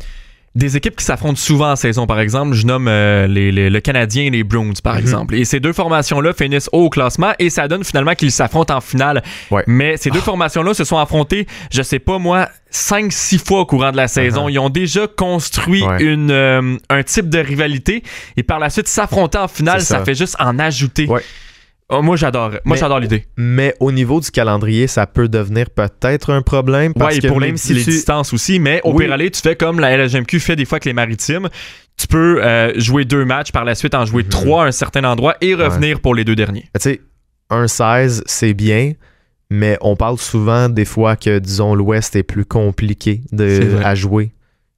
des équipes qui s'affrontent souvent en saison, par exemple, je nomme euh, les, les, le Canadien et les Bruins, par mm-hmm. exemple. Et ces deux formations-là finissent haut au classement et ça donne finalement qu'ils s'affrontent en finale. Ouais. Mais ces deux oh. formations-là se sont affrontées, je sais pas moi, cinq six fois au courant de la saison. Uh-huh. Ils ont déjà construit ouais. une, euh, un type de rivalité et par la suite s'affronter en finale, ça. ça fait juste en ajouter. Ouais. Oh, moi, j'adore. Moi, mais, j'adore l'idée. Mais au niveau du calendrier, ça peut devenir peut-être un problème. Parce ouais, que pour même les, si les tu... distances aussi. Mais au oui. pire aller, tu fais comme la L H M Q fait des fois avec les Maritimes. Tu peux euh, jouer deux matchs, par la suite en jouer mm-hmm. trois à un certain endroit et revenir ouais. pour les deux derniers. Tu sais, un seize, c'est bien, mais on parle souvent des fois que, disons, l'Ouest est plus compliqué de, à jouer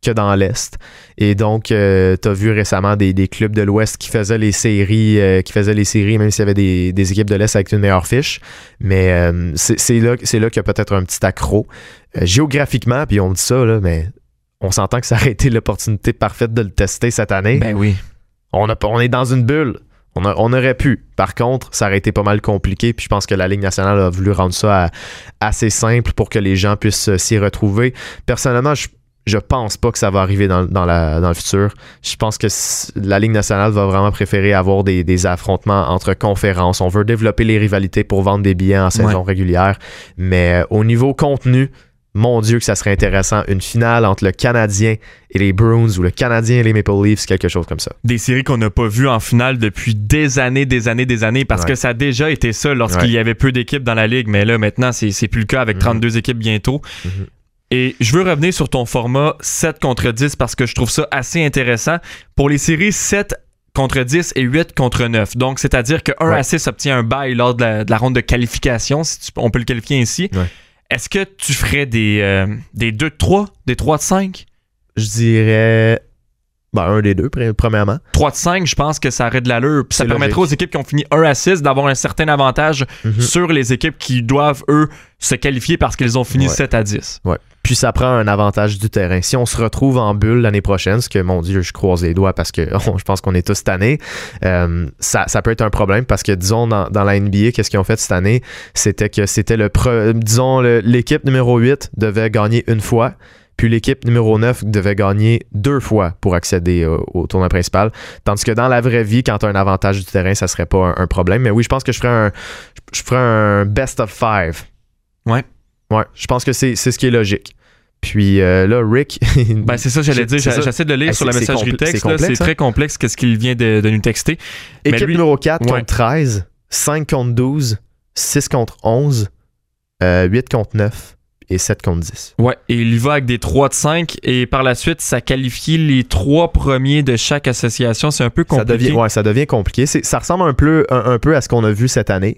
que dans l'Est. Et donc, euh, tu as vu récemment des, des clubs de l'Ouest qui faisaient les séries, euh, qui faisaient les séries, même s'il y avait des, des équipes de l'Est avec une meilleure fiche. Mais euh, c'est, c'est là, c'est là qu'il y a peut-être un petit accro. Euh, géographiquement, puis on dit ça, là, mais on s'entend que ça aurait été l'opportunité parfaite de le tester cette année. Ben oui. On, a, on est dans une bulle. On, a, on aurait pu. Par contre, ça aurait été pas mal compliqué. Puis je pense que la Ligue nationale a voulu rendre ça à, assez simple pour que les gens puissent s'y retrouver. Personnellement, je Je pense pas que ça va arriver dans, dans, la, dans le futur. Je pense que la Ligue nationale va vraiment préférer avoir des, des affrontements entre conférences. On veut développer les rivalités pour vendre des billets en saison ouais. régulière. Mais euh, au niveau contenu, mon Dieu que ça serait intéressant. Une finale entre le Canadien et les Bruins ou le Canadien et les Maple Leafs, quelque chose comme ça. Des séries qu'on n'a pas vues en finale depuis des années, des années, des années, parce ouais. que ça a déjà été ça lorsqu'il ouais. y avait peu d'équipes dans la Ligue. Mais là, maintenant, c'est, c'est plus le cas avec trente-deux mm-hmm. équipes bientôt. Mm-hmm. Et je veux revenir sur ton format sept contre dix parce que je trouve ça assez intéressant. Pour les séries sept contre dix et huit contre neuf. Donc, c'est-à-dire que un ouais. à six obtient un bye lors de la, de la ronde de qualification, si tu, on peut le qualifier ainsi. Ouais. Est-ce que tu ferais des, euh, des deux de trois, des trois de cinq? Je dirais... Ben, un des deux, premièrement. trois de cinq, je pense que ça aurait de l'allure. Puis ça permettrait aux équipes qui ont fini un à six d'avoir un certain avantage mm-hmm. sur les équipes qui doivent, eux, se qualifier parce qu'ils ont fini ouais. sept à dix. Ouais. Puis ça prend un avantage du terrain. Si on se retrouve en bulle l'année prochaine, ce que, mon Dieu, je croise les doigts parce que oh, je pense qu'on est tous tannés, euh, ça, ça peut être un problème parce que, disons, dans, dans la N B A, qu'est-ce qu'ils ont fait cette année? C'était que c'était le... Pre, disons, le, l'équipe numéro huit devait gagner une fois. Puis l'équipe numéro neuf devait gagner deux fois pour accéder euh, au tournoi principal. Tandis que dans la vraie vie, quand tu as un avantage du terrain, ça serait pas un, un problème. Mais oui, je pense que je ferais un, je ferais un best of five. Ouais. Ouais, je pense que c'est, c'est ce qui est logique. Puis euh, là, Rick... ben c'est ça, j'allais dire. Ça. J'essaie de le lire hey, sur la messagerie compl- texte. C'est, complexe, là, c'est très complexe qu'est-ce qu'il vient de, de nous texter. Équipe Mais lui, numéro quatre ouais. contre treize, cinq contre douze, six contre onze, euh, huit contre neuf. Et sept contre dix. Ouais, et il y va avec des trois de cinq et par la suite, ça qualifie les trois premiers de chaque association. C'est un peu compliqué. Ça devient, ouais, ça devient compliqué. C'est, ça ressemble un peu, un, un peu à ce qu'on a vu cette année,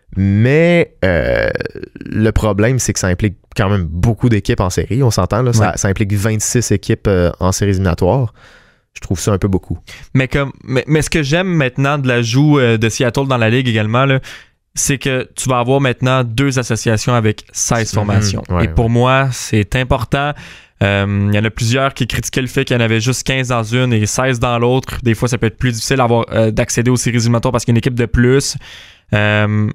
mais euh, le problème, c'est que ça implique quand même beaucoup d'équipes en série. On s'entend, là, ouais. ça, ça implique vingt-six équipes euh, en séries éliminatoires. Je trouve ça un peu beaucoup. Mais, comme, mais, mais ce que j'aime maintenant de l'ajout euh, de Seattle dans la Ligue également, là, c'est que tu vas avoir maintenant deux associations avec seize mmh, formations. Ouais, et pour ouais. moi, c'est important. Il euh, y en a plusieurs qui critiquaient le fait qu'il y en avait juste quinze dans une et seize dans l'autre. Des fois, ça peut être plus difficile d'avoir, euh, d'accéder aux séries éliminatoires parce qu'il y a une équipe de plus. Euh,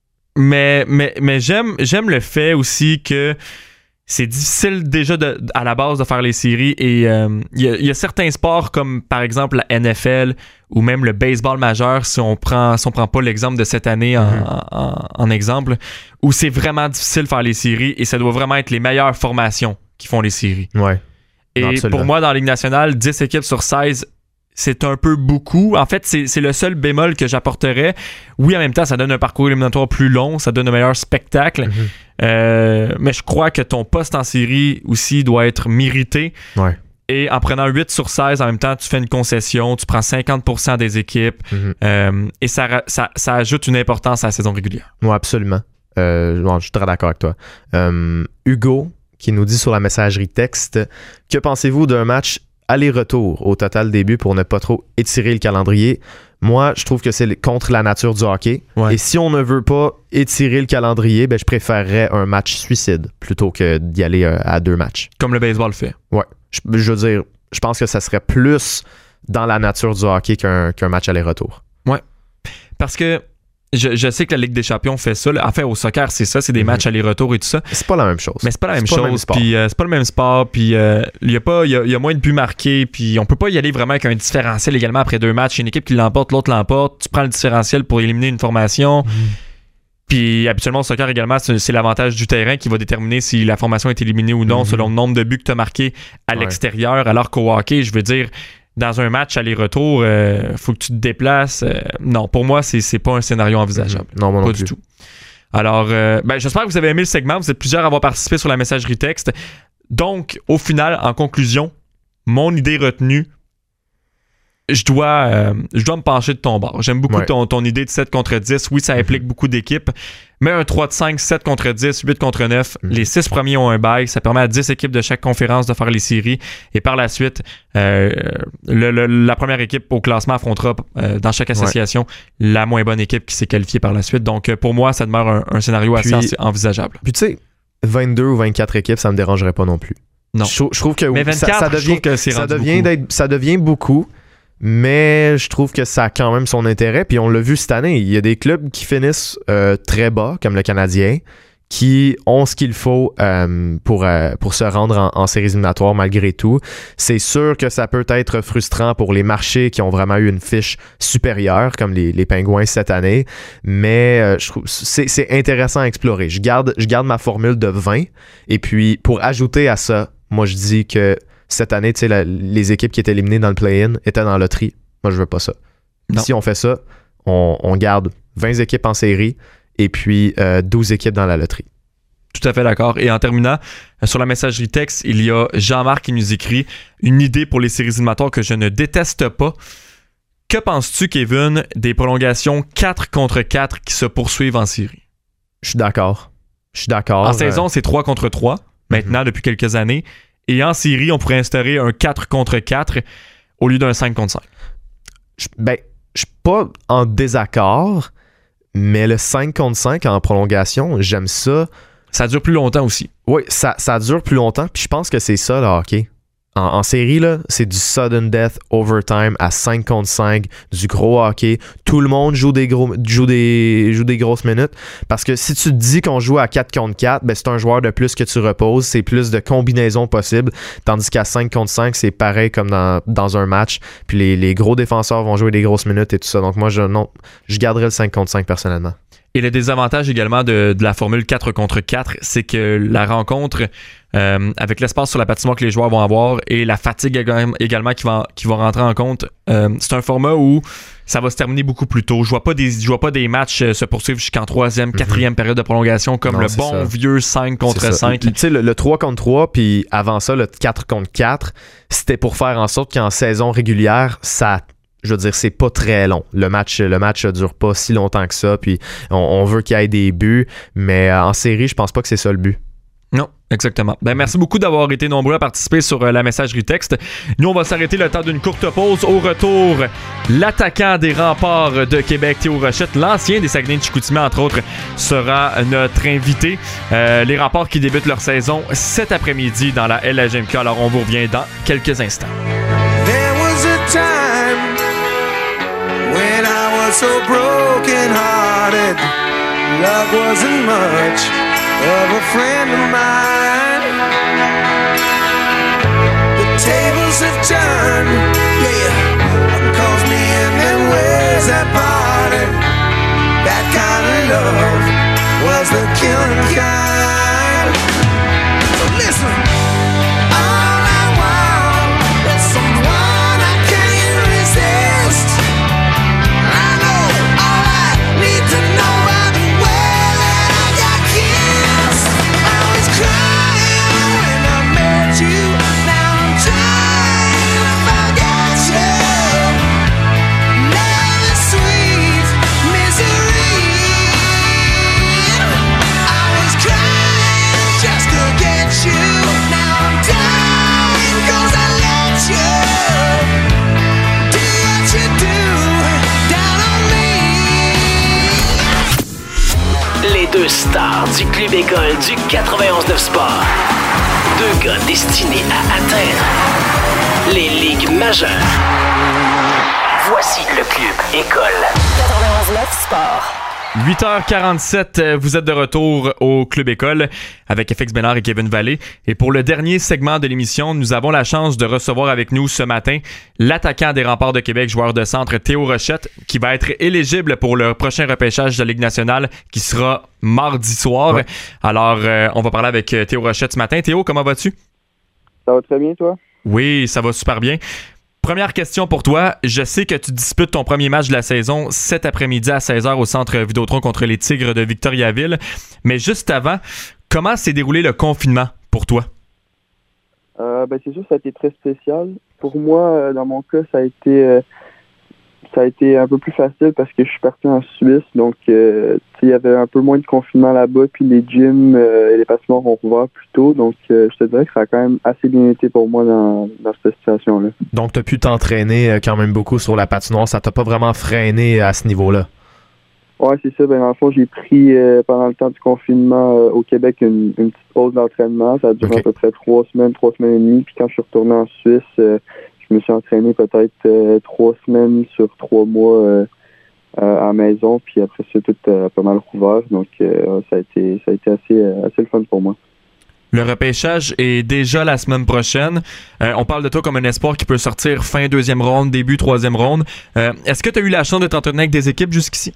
mais mais, mais j'aime, j'aime le fait aussi que c'est difficile déjà de, à la base de faire les séries et il euh, y, y a certains sports comme par exemple la N F L ou même le baseball majeur si on prend si on prend pas l'exemple de cette année en, mm-hmm. en, en exemple où c'est vraiment difficile de faire les séries et ça doit vraiment être les meilleures formations qui font les séries. Ouais. Et absolument. Pour moi dans la Ligue nationale, dix équipes sur seize c'est un peu beaucoup. En fait, c'est, c'est le seul bémol que j'apporterais. Oui, en même temps, ça donne un parcours éliminatoire plus long, ça donne un meilleur spectacle. Mm-hmm. Euh, mais je crois que ton poste en série aussi doit être mérité. Ouais. Et en prenant huit sur seize, en même temps, tu fais une concession, tu prends cinquante pour cent des équipes mm-hmm. euh, et ça, ça, ça ajoute une importance à la saison régulière. Oui, absolument. Euh, bon, je suis très d'accord avec toi. Euh, Hugo, qui nous dit sur la messagerie texte, que pensez-vous d'un match aller-retour au total début pour ne pas trop étirer le calendrier? Moi, je trouve que c'est contre la nature du hockey. Ouais. Et si on ne veut pas étirer le calendrier, ben, je préférerais un match suicide plutôt que d'y aller euh, à deux matchs. Comme le baseball fait. Ouais. Je, je veux dire, je pense que ça serait plus dans la nature du hockey qu'un, qu'un match aller-retour. Ouais. Parce que Je, je sais que la Ligue des champions fait ça. Là. En fait, au soccer, c'est ça. C'est des mm-hmm. matchs aller-retour et tout ça. C'est pas la même chose. Mais c'est pas la même c'est chose. Puis euh, c'est pas le même sport. Puis il euh, y a pas, il y a, y a moins de buts marqués. Puis on peut pas y aller vraiment avec un différentiel également après deux matchs. Une équipe qui l'emporte, l'autre l'emporte. Tu prends le différentiel pour éliminer une formation. Mm-hmm. Puis habituellement, au soccer également, c'est, c'est l'avantage du terrain qui va déterminer si la formation est éliminée ou non mm-hmm. selon le nombre de buts que tu as marqués à ouais. l'extérieur. Alors qu'au hockey, je veux dire, dans un match aller-retour, euh, faut que tu te déplaces. Euh, non, pour moi, c'est, c'est pas un scénario envisageable. Mmh. Non, moi pas non du plus. tout. Alors, euh, ben, j'espère que vous avez aimé le segment. Vous êtes plusieurs à avoir participé sur la messagerie texte. Donc, au final, en conclusion, mon idée retenue, je dois, euh, je dois me pencher de ton bord. J'aime beaucoup ouais. ton, ton idée de sept contre dix. Oui, ça implique mm-hmm. beaucoup d'équipes, mais un trois de cinq, sept contre dix, huit contre neuf, mm-hmm. les six premiers ont un bye. Ça permet à dix équipes de chaque conférence de faire les séries. Et par la suite, euh, le, le, la première équipe au classement affrontera euh, dans chaque association ouais. la moins bonne équipe qui s'est qualifiée par la suite. Donc, pour moi, ça demeure un, un scénario puis, assez envisageable. Puis tu sais, vingt-deux ou vingt-quatre équipes, ça me dérangerait pas non plus. Non. Je, je trouve que, mais vingt-quatre, ça, ça devient, je trouve que c'est ça rendu devient, beaucoup. ça devient beaucoup. Mais je trouve que ça a quand même son intérêt. Puis on l'a vu cette année. Il y a des clubs qui finissent euh, très bas, comme le Canadien, qui ont ce qu'il faut euh, pour, euh, pour se rendre en, en séries éliminatoires malgré tout. C'est sûr que ça peut être frustrant pour les marchés qui ont vraiment eu une fiche supérieure, comme les, les Pingouins cette année. Mais euh, je trouve c'est, c'est intéressant à explorer. Je garde, je garde ma formule de vingt. Et puis, pour ajouter à ça, moi, je dis que cette année, tu sais, la, les équipes qui étaient éliminées dans le play-in étaient dans la loterie. Moi, je veux pas ça. Non. Si on fait ça, on, on garde vingt équipes en série et puis euh, douze équipes dans la loterie. Tout à fait d'accord. Et en terminant, sur la messagerie texte, il y a Jean-Marc qui nous écrit une idée pour les séries éliminatoires que je ne déteste pas. Que penses-tu, Kevin, des prolongations quatre contre quatre qui se poursuivent en série? Je suis d'accord. Je suis d'accord. En euh... saison, c'est trois contre trois, maintenant, mm-hmm. depuis quelques années. Et en série, on pourrait instaurer un quatre contre quatre au lieu d'un cinq contre cinq. Je, ben, je suis pas en désaccord, mais le cinq contre cinq en prolongation, j'aime ça. Ça dure plus longtemps aussi. Oui, ça, ça dure plus longtemps. Puis je pense que c'est ça, le hockey. En, en série, là, c'est du sudden death overtime à cinq contre cinq, du gros hockey. Tout le monde joue des, gros, joue des, joue des grosses minutes. Parce que si tu te dis qu'on joue à quatre contre quatre, ben c'est un joueur de plus que tu reposes. C'est plus de combinaisons possibles. Tandis qu'à cinq contre cinq, c'est pareil comme dans, dans un match. Puis les, les gros défenseurs vont jouer des grosses minutes et tout ça. Donc moi, je, non, je garderais le cinq contre cinq personnellement. Et le désavantage également de, de la formule quatre contre quatre, c'est que la rencontre, euh, avec l'espace sur la patinoire que les joueurs vont avoir et la fatigue également qui va, qui va rentrer en compte, euh, c'est un format où ça va se terminer beaucoup plus tôt. Je vois pas des, je vois pas des matchs se poursuivre jusqu'en troisième, quatrième mm-hmm. période de prolongation comme non, le bon ça. vieux cinq contre cinq. Tu sais, le, le trois contre trois, puis avant ça, le quatre contre quatre, c'était pour faire en sorte qu'en saison régulière, ça... Je veux dire, c'est pas très long. Le match, le match ne dure pas si longtemps que ça. Puis on, on veut qu'il y ait des buts. Mais en série, je pense pas que c'est ça le but. Non, exactement. Ben, merci beaucoup d'avoir été nombreux à participer sur euh, la messagerie texte. Nous, on va s'arrêter le temps d'une courte pause. Au retour, l'attaquant des Remparts de Québec, Théo Rochette, l'ancien des Saguenay de Chicoutimi, entre autres, sera notre invité. Euh, les Remparts qui débutent leur saison cet après-midi dans la L H M Q. Alors, on vous revient dans quelques instants. There was a time when I was so broken-hearted, love wasn't much of a friend of mine. The tables have turned, yeah, one calls me in and ways that parted. That kind of love was the killing kind. So listen, all I want is someone I can't resist. I know all I need to know by the way that I got kissed. I was crying when I met you. Now I'm trying to forget you. Love is sweet misery. I was crying just to get you. Now I'm dying 'cause I let you do what you do down on me. Les deux stars du Club École du quatre-vingt-onze neuf Sport. Deux gars destinés à atteindre les ligues majeures. Voici le Club École. quatre-vingt-onze neuf Sport. huit heures quarante-sept, vous êtes de retour au Club École avec F X Bénard et Kevin Vallée. Et pour le dernier segment de l'émission, nous avons la chance de recevoir avec nous ce matin l'attaquant des Remparts de Québec, joueur de centre Théo Rochette, qui va être éligible pour le prochain repêchage de la Ligue nationale qui sera mardi soir. Ouais. Alors, euh, on va parler avec Théo Rochette ce matin. Théo, comment vas-tu? Ça va très bien, toi? Oui, ça va super bien. Première question pour toi. Je sais que tu disputes ton premier match de la saison cet après-midi à seize heures au centre Vidéotron contre les Tigres de Victoriaville. Mais juste avant, comment s'est déroulé le confinement pour toi? Euh, ben, c'est sûr, ça a été très spécial. pour moi, dans mon cas, ça a été euh, ça a été un peu plus facile parce que je suis parti en Suisse, donc euh, il y avait un peu moins de confinement là-bas, puis les gyms euh, et les patinoires ont rouvert plus tôt, donc euh, je te dirais que ça a quand même assez bien été pour moi dans, dans cette situation-là. Donc, tu as pu t'entraîner quand même beaucoup sur la patinoire, ça t'a pas vraiment freiné à ce niveau-là? Ouais, c'est ça. Ben, dans le fond, j'ai pris euh, pendant le temps du confinement euh, au Québec une, une petite pause d'entraînement. Ça a duré okay. à peu près trois semaines, trois semaines et demie. Puis quand je suis retourné en Suisse, euh, je me suis entraîné peut-être euh, trois semaines sur trois mois euh, euh, à la maison. Puis après ça, tout a pas mal rouvert. Donc euh, ça a été ça a été assez, euh, assez le fun pour moi. Le repêchage est déjà la semaine prochaine. Euh, on parle de toi comme un espoir qui peut sortir fin deuxième ronde, début troisième ronde. Euh, est-ce que tu as eu la chance de t'entraîner avec des équipes jusqu'ici?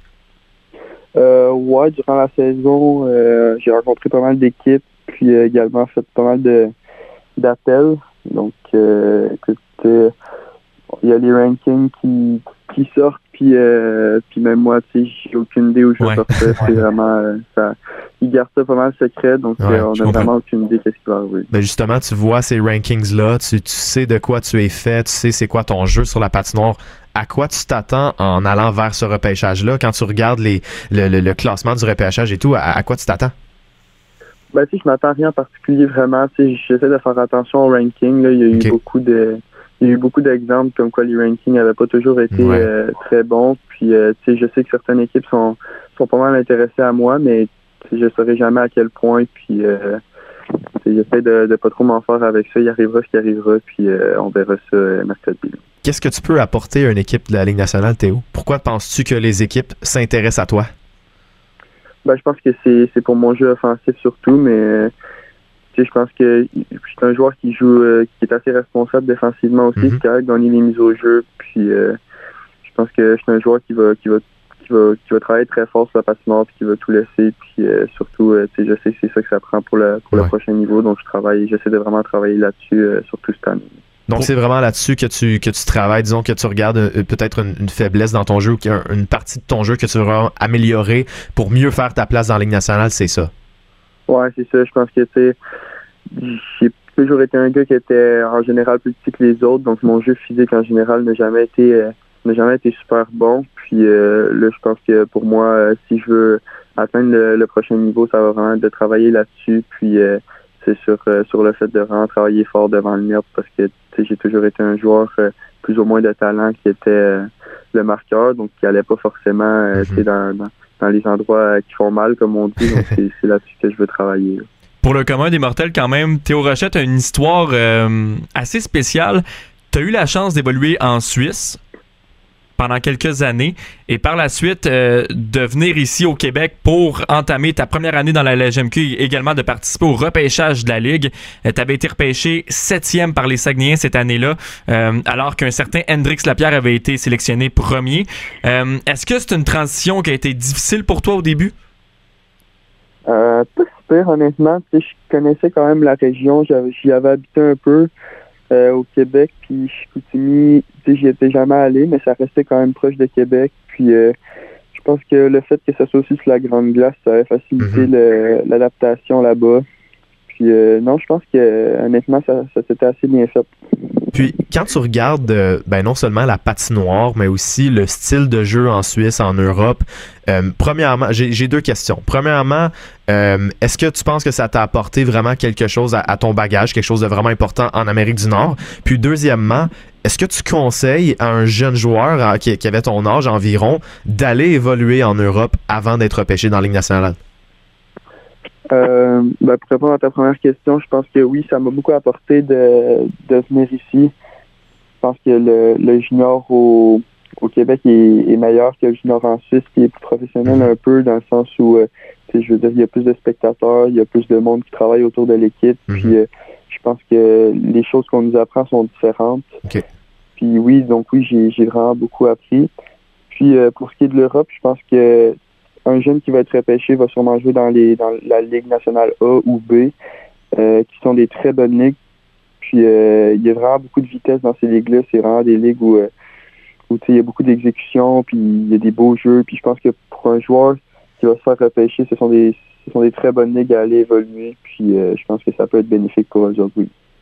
Euh, ouais, durant la saison, euh, j'ai rencontré pas mal d'équipes, puis euh, également fait pas mal de d'appels. Donc, euh, écoute, euh, il y a les rankings qui, qui sortent, puis euh, puis même moi, tu sais, j'ai aucune idée où je vais ouais. sortir. C'est vraiment, euh, ça, ils gardent ça pas mal secret, donc ouais, euh, on a vraiment aucune idée de ce qui va arriver. Ben justement, tu vois ces rankings-là, tu, tu sais de quoi tu es fait, tu sais c'est quoi ton jeu sur la patinoire. À quoi tu t'attends en allant vers ce repêchage-là? Quand tu regardes les, le, le, le classement du repêchage et tout, à, à quoi tu t'attends? Ben, tu sais, je m'attends à rien en particulier vraiment. Tu sais, j'essaie de faire attention au ranking. Là. Il y a eu okay. beaucoup de, il y a eu beaucoup d'exemples comme quoi les rankings n'avaient pas toujours été ouais. euh, très bons. Puis, euh, tu sais, je sais que certaines équipes sont, sont pas mal intéressées à moi, mais je ne saurais jamais à quel point. Puis, euh, j'essaie de ne pas trop m'en faire avec ça. Il arrivera ce qui arrivera, puis euh, on verra ça euh, mercredi. Qu'est-ce que tu peux apporter à une équipe de la Ligue nationale, Théo? Pourquoi penses-tu que les équipes s'intéressent à toi? Ben, je pense que c'est, c'est pour mon jeu offensif surtout, mais tu sais, je pense que je suis un joueur qui joue, euh, qui est assez responsable défensivement aussi, mm-hmm. qui est capable de gagner les mises au jeu. Puis euh, je pense que je suis un joueur qui va, qui va, qui va, qui va travailler très fort sur la patinoire, puis qui va tout laisser. Puis euh, surtout, euh, tu sais, je sais que c'est ça que ça prend pour le, pour ouais. le prochain niveau, donc je travaille, j'essaie de vraiment travailler là-dessus, euh, surtout cette année. Donc, c'est vraiment là-dessus que tu, que tu travailles, disons que tu regardes euh, peut-être une, une faiblesse dans ton jeu ou qu'il y a une partie de ton jeu que tu veux vraiment améliorer pour mieux faire ta place dans la Ligue nationale, c'est ça? Ouais, c'est ça. Je pense que, tu sais, j'ai toujours été un gars qui était en général plus petit que les autres, donc mon jeu physique en général n'a jamais été, euh, n'a jamais été super bon. Puis euh, là, je pense que pour moi, euh, si je veux atteindre le, le prochain niveau, ça va vraiment être de travailler là-dessus. Puis euh, c'est sur, euh, sur le fait de vraiment travailler fort devant le mur parce que j'ai toujours été un joueur euh, plus ou moins de talent qui était euh, le marqueur, donc qui allait pas forcément euh, mm-hmm. dans, dans, dans les endroits euh, qui font mal, comme on dit. Donc c'est, c'est là-dessus que je veux travailler. Là. Pour le commun des mortels, quand même, Théo Rochette a une histoire euh, assez spéciale. Tu as eu la chance d'évoluer en Suisse pendant quelques années et par la suite euh, de venir ici au Québec pour entamer ta première année dans la L G M Q et également de participer au repêchage de la Ligue. Euh, tu avais été repêché septième par les Saguenayens cette année-là, euh, alors qu'un certain Hendrix Lapierre avait été sélectionné premier. Euh, est-ce que c'est une transition qui a été difficile pour toi au début? Euh, pas super, honnêtement. Je connaissais quand même la région, j'avais, j'y avais habité un peu. Euh, au Québec, puis Chicoutimi, tu sais, j'y étais jamais allé, mais ça restait quand même proche de Québec. Puis euh, je pense que le fait que ça soit aussi sur la grande glace, ça a facilité mm-hmm. le, l'adaptation là-bas. Puis euh, non, je pense que honnêtement, ça, ça s'était assez bien fait. Puis, quand tu regardes euh, ben non seulement la patinoire, mais aussi le style de jeu en Suisse, en Europe, euh, premièrement, j'ai, j'ai deux questions. Premièrement, euh, est-ce que tu penses que ça t'a apporté vraiment quelque chose à, à ton bagage, quelque chose de vraiment important en Amérique du Nord? Puis, deuxièmement, est-ce que tu conseilles à un jeune joueur à, qui, qui avait ton âge environ d'aller évoluer en Europe avant d'être repêché dans la Ligue nationale? Euh, ben pour répondre à ta première question, je pense que oui, ça m'a beaucoup apporté de, de venir ici. Je pense que le, le junior au, au Québec est, est meilleur que le junior en Suisse, qui est plus professionnel un peu, dans le sens où, euh, je veux dire, il y a plus de spectateurs, il y a plus de monde qui travaille autour de l'équipe. Mm-hmm. Puis euh, je pense que les choses qu'on nous apprend sont différentes. Okay. Puis oui, donc oui, j'ai, j'ai vraiment beaucoup appris. Puis euh, pour ce qui est de l'Europe, je pense que un jeune qui va être repêché va sûrement jouer dans les dans la Ligue nationale A ou B, euh, qui sont des très bonnes ligues. Puis euh, il y a vraiment beaucoup de vitesse dans ces ligues-là. C'est vraiment des ligues où, euh, où il y a beaucoup d'exécution, puis il y a des beaux jeux. Puis je pense que pour un joueur qui va se faire repêcher, ce sont des ce sont des très bonnes ligues à aller évoluer. Puis euh, je pense que ça peut être bénéfique pour eux autres, oui.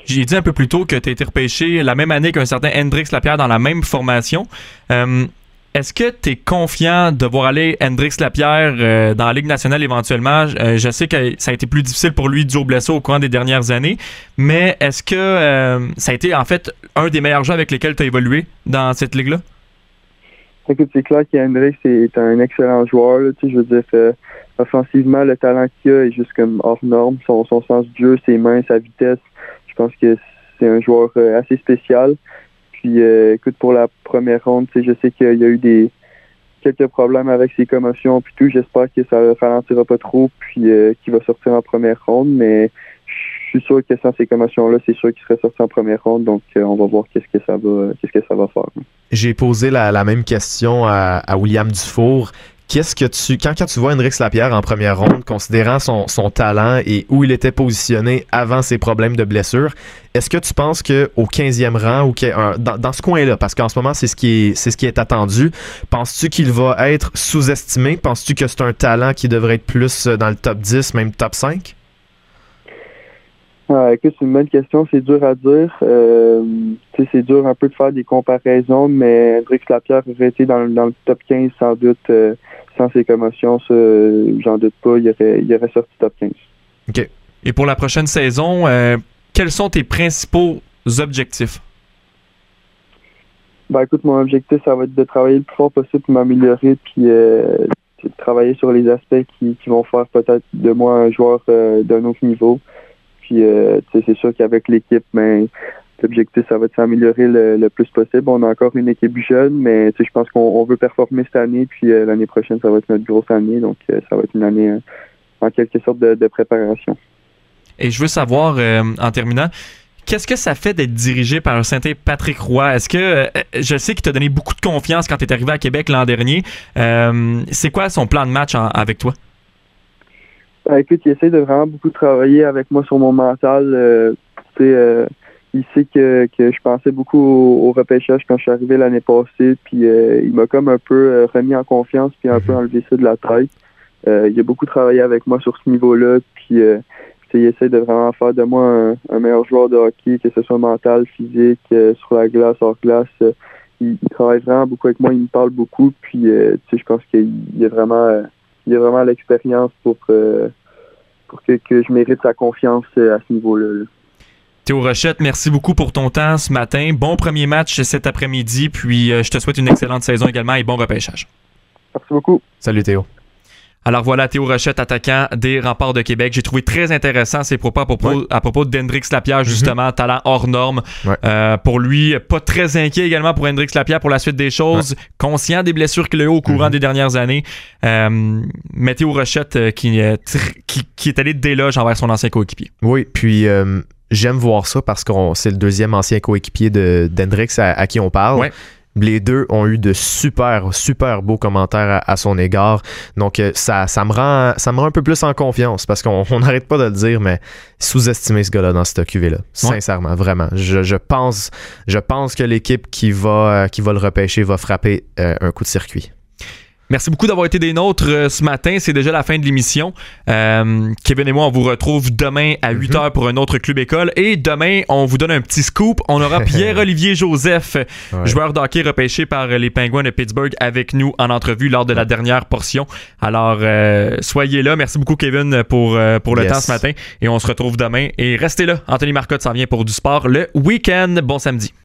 J'ai dit un peu plus tôt que tu as été repêché la même année qu'un certain Hendrix Lapierre dans la même formation. Euh, Est-ce que tu es confiant de voir aller Hendrix Lapierre euh, dans la Ligue nationale éventuellement? Euh, je sais que ça a été plus difficile pour lui dû aux blessures au courant des dernières années, mais est-ce que euh, ça a été en fait un des meilleurs jeux avec lesquels tu as évolué dans cette ligue-là? Écoute, c'est clair qu'Hendrix est un excellent joueur. Là, tu sais, je veux dire, euh, offensivement, le talent qu'il a est juste comme hors norme. Son, son sens du jeu, ses mains, sa vitesse, je pense que c'est un joueur euh, assez spécial. Puis, euh, écoute, pour la première ronde, je sais qu'il y a eu des quelques problèmes avec ses commotions puis tout. J'espère que ça ne ralentira pas trop puis euh, qu'il va sortir en première ronde. Mais je suis sûr que sans ces commotions-là, c'est sûr qu'il serait sorti en première ronde. Donc, euh, on va voir qu'est-ce que ça va, qu'est-ce que ça va faire. J'ai posé la, la même question à, à William Dufour. Qu'est-ce que tu, quand, quand tu vois Hendrix Lapierre en première ronde, considérant son, son talent et où il était positionné avant ses problèmes de blessure, est-ce que tu penses qu'au quinzième rang ou que, dans, dans ce coin-là, parce qu'en ce moment c'est ce qui est, c'est ce qui est attendu, penses-tu qu'il va être sous-estimé? Penses-tu que c'est un talent qui devrait être plus dans le top dix, même top cinq? Ah, écoute, c'est une bonne question, c'est dur à dire. Euh, c'est dur un peu de faire des comparaisons, mais Hendrix Lapierre aurait été dans, dans le top quinze sans doute, euh, sans ses commotions, ça, j'en doute pas, il aurait, il aurait sorti top quinze. OK. Et pour la prochaine saison, euh, quels sont tes principaux objectifs? Ben écoute, mon objectif, ça va être de travailler le plus fort possible pour m'améliorer, puis euh, de travailler sur les aspects qui, qui vont faire peut-être de moi un joueur euh, d'un autre niveau. Puis, euh, c'est sûr qu'avec l'équipe, ben, l'objectif, ça va être de s'améliorer le, le plus possible. On a encore une équipe jeune, mais je pense qu'on on veut performer cette année. Puis, euh, l'année prochaine, ça va être notre grosse année. Donc, euh, ça va être une année, euh, en quelque sorte, de, de préparation. Et je veux savoir, euh, en terminant, qu'est-ce que ça fait d'être dirigé par un certain Patrick Roy? Est-ce que, euh, je sais qu'il t'a donné beaucoup de confiance quand tu es arrivé à Québec l'an dernier. Euh, c'est quoi son plan de match en, avec toi? Ben, écoute, il essaie de vraiment beaucoup travailler avec moi sur mon mental. Euh, tu sais, euh, il sait que, que je pensais beaucoup au, au repêchage quand je suis arrivé l'année passée, puis euh, il m'a comme un peu euh, remis en confiance, puis un peu enlevé ça de la tête. Euh, il a beaucoup travaillé avec moi sur ce niveau-là, puis euh, il essaie de vraiment faire de moi un, un meilleur joueur de hockey, que ce soit mental, physique, euh, sur la glace, hors glace. Euh, il, il travaille vraiment beaucoup avec moi, il me parle beaucoup, puis euh, tu sais, je pense qu'il y a vraiment... Euh, Il y a vraiment l'expérience pour, euh, pour que, que je mérite sa confiance à ce niveau-là. Là. Théo Rochette, merci beaucoup pour ton temps ce matin. Bon premier match cet après-midi, puis euh, je te souhaite une excellente saison également et bon repêchage. Merci beaucoup. Salut Théo. Alors voilà, Théo Rochette, attaquant des Remparts de Québec. J'ai trouvé très intéressant ses propos à propos, ouais. à propos d'Hendrix Lapierre, justement, mm-hmm. talent hors norme. Ouais. Euh, pour lui, pas très inquiet également pour Hendrix Lapierre pour la suite des choses, ouais. conscient des blessures qu'il a eues au courant mm-hmm. des dernières années. Euh, mais Théo Rochette euh, qui, euh, qui, qui est allé de déloge envers son ancien coéquipier. Oui, puis euh, j'aime voir ça parce que c'est le deuxième ancien coéquipier de, d'Hendrix à, à qui on parle. Ouais. Les deux ont eu de super, super beaux commentaires à, à son égard. Donc, euh, ça, ça, me rend, ça me rend un peu plus en confiance parce qu'on n'arrête pas de le dire, mais sous-estimer ce gars-là dans cette Q V-là. Ouais. Sincèrement, vraiment. Je, je, pense, je pense que l'équipe qui va, euh, qui va le repêcher va frapper euh, un coup de circuit. Merci beaucoup d'avoir été des nôtres euh, ce matin. C'est déjà la fin de l'émission. Euh, Kevin et moi, on vous retrouve demain à huit heures pour un autre Club École. Et demain, on vous donne un petit scoop. On aura Pierre-Olivier Joseph, ouais. joueur de hockey repêché par les Penguins de Pittsburgh, avec nous en entrevue lors de la dernière portion. Alors, euh, soyez là. Merci beaucoup, Kevin, pour, euh, pour le yes. temps ce matin. Et on se retrouve demain. Et restez là. Anthony Marcotte s'en vient pour du sport le week-end. Bon samedi.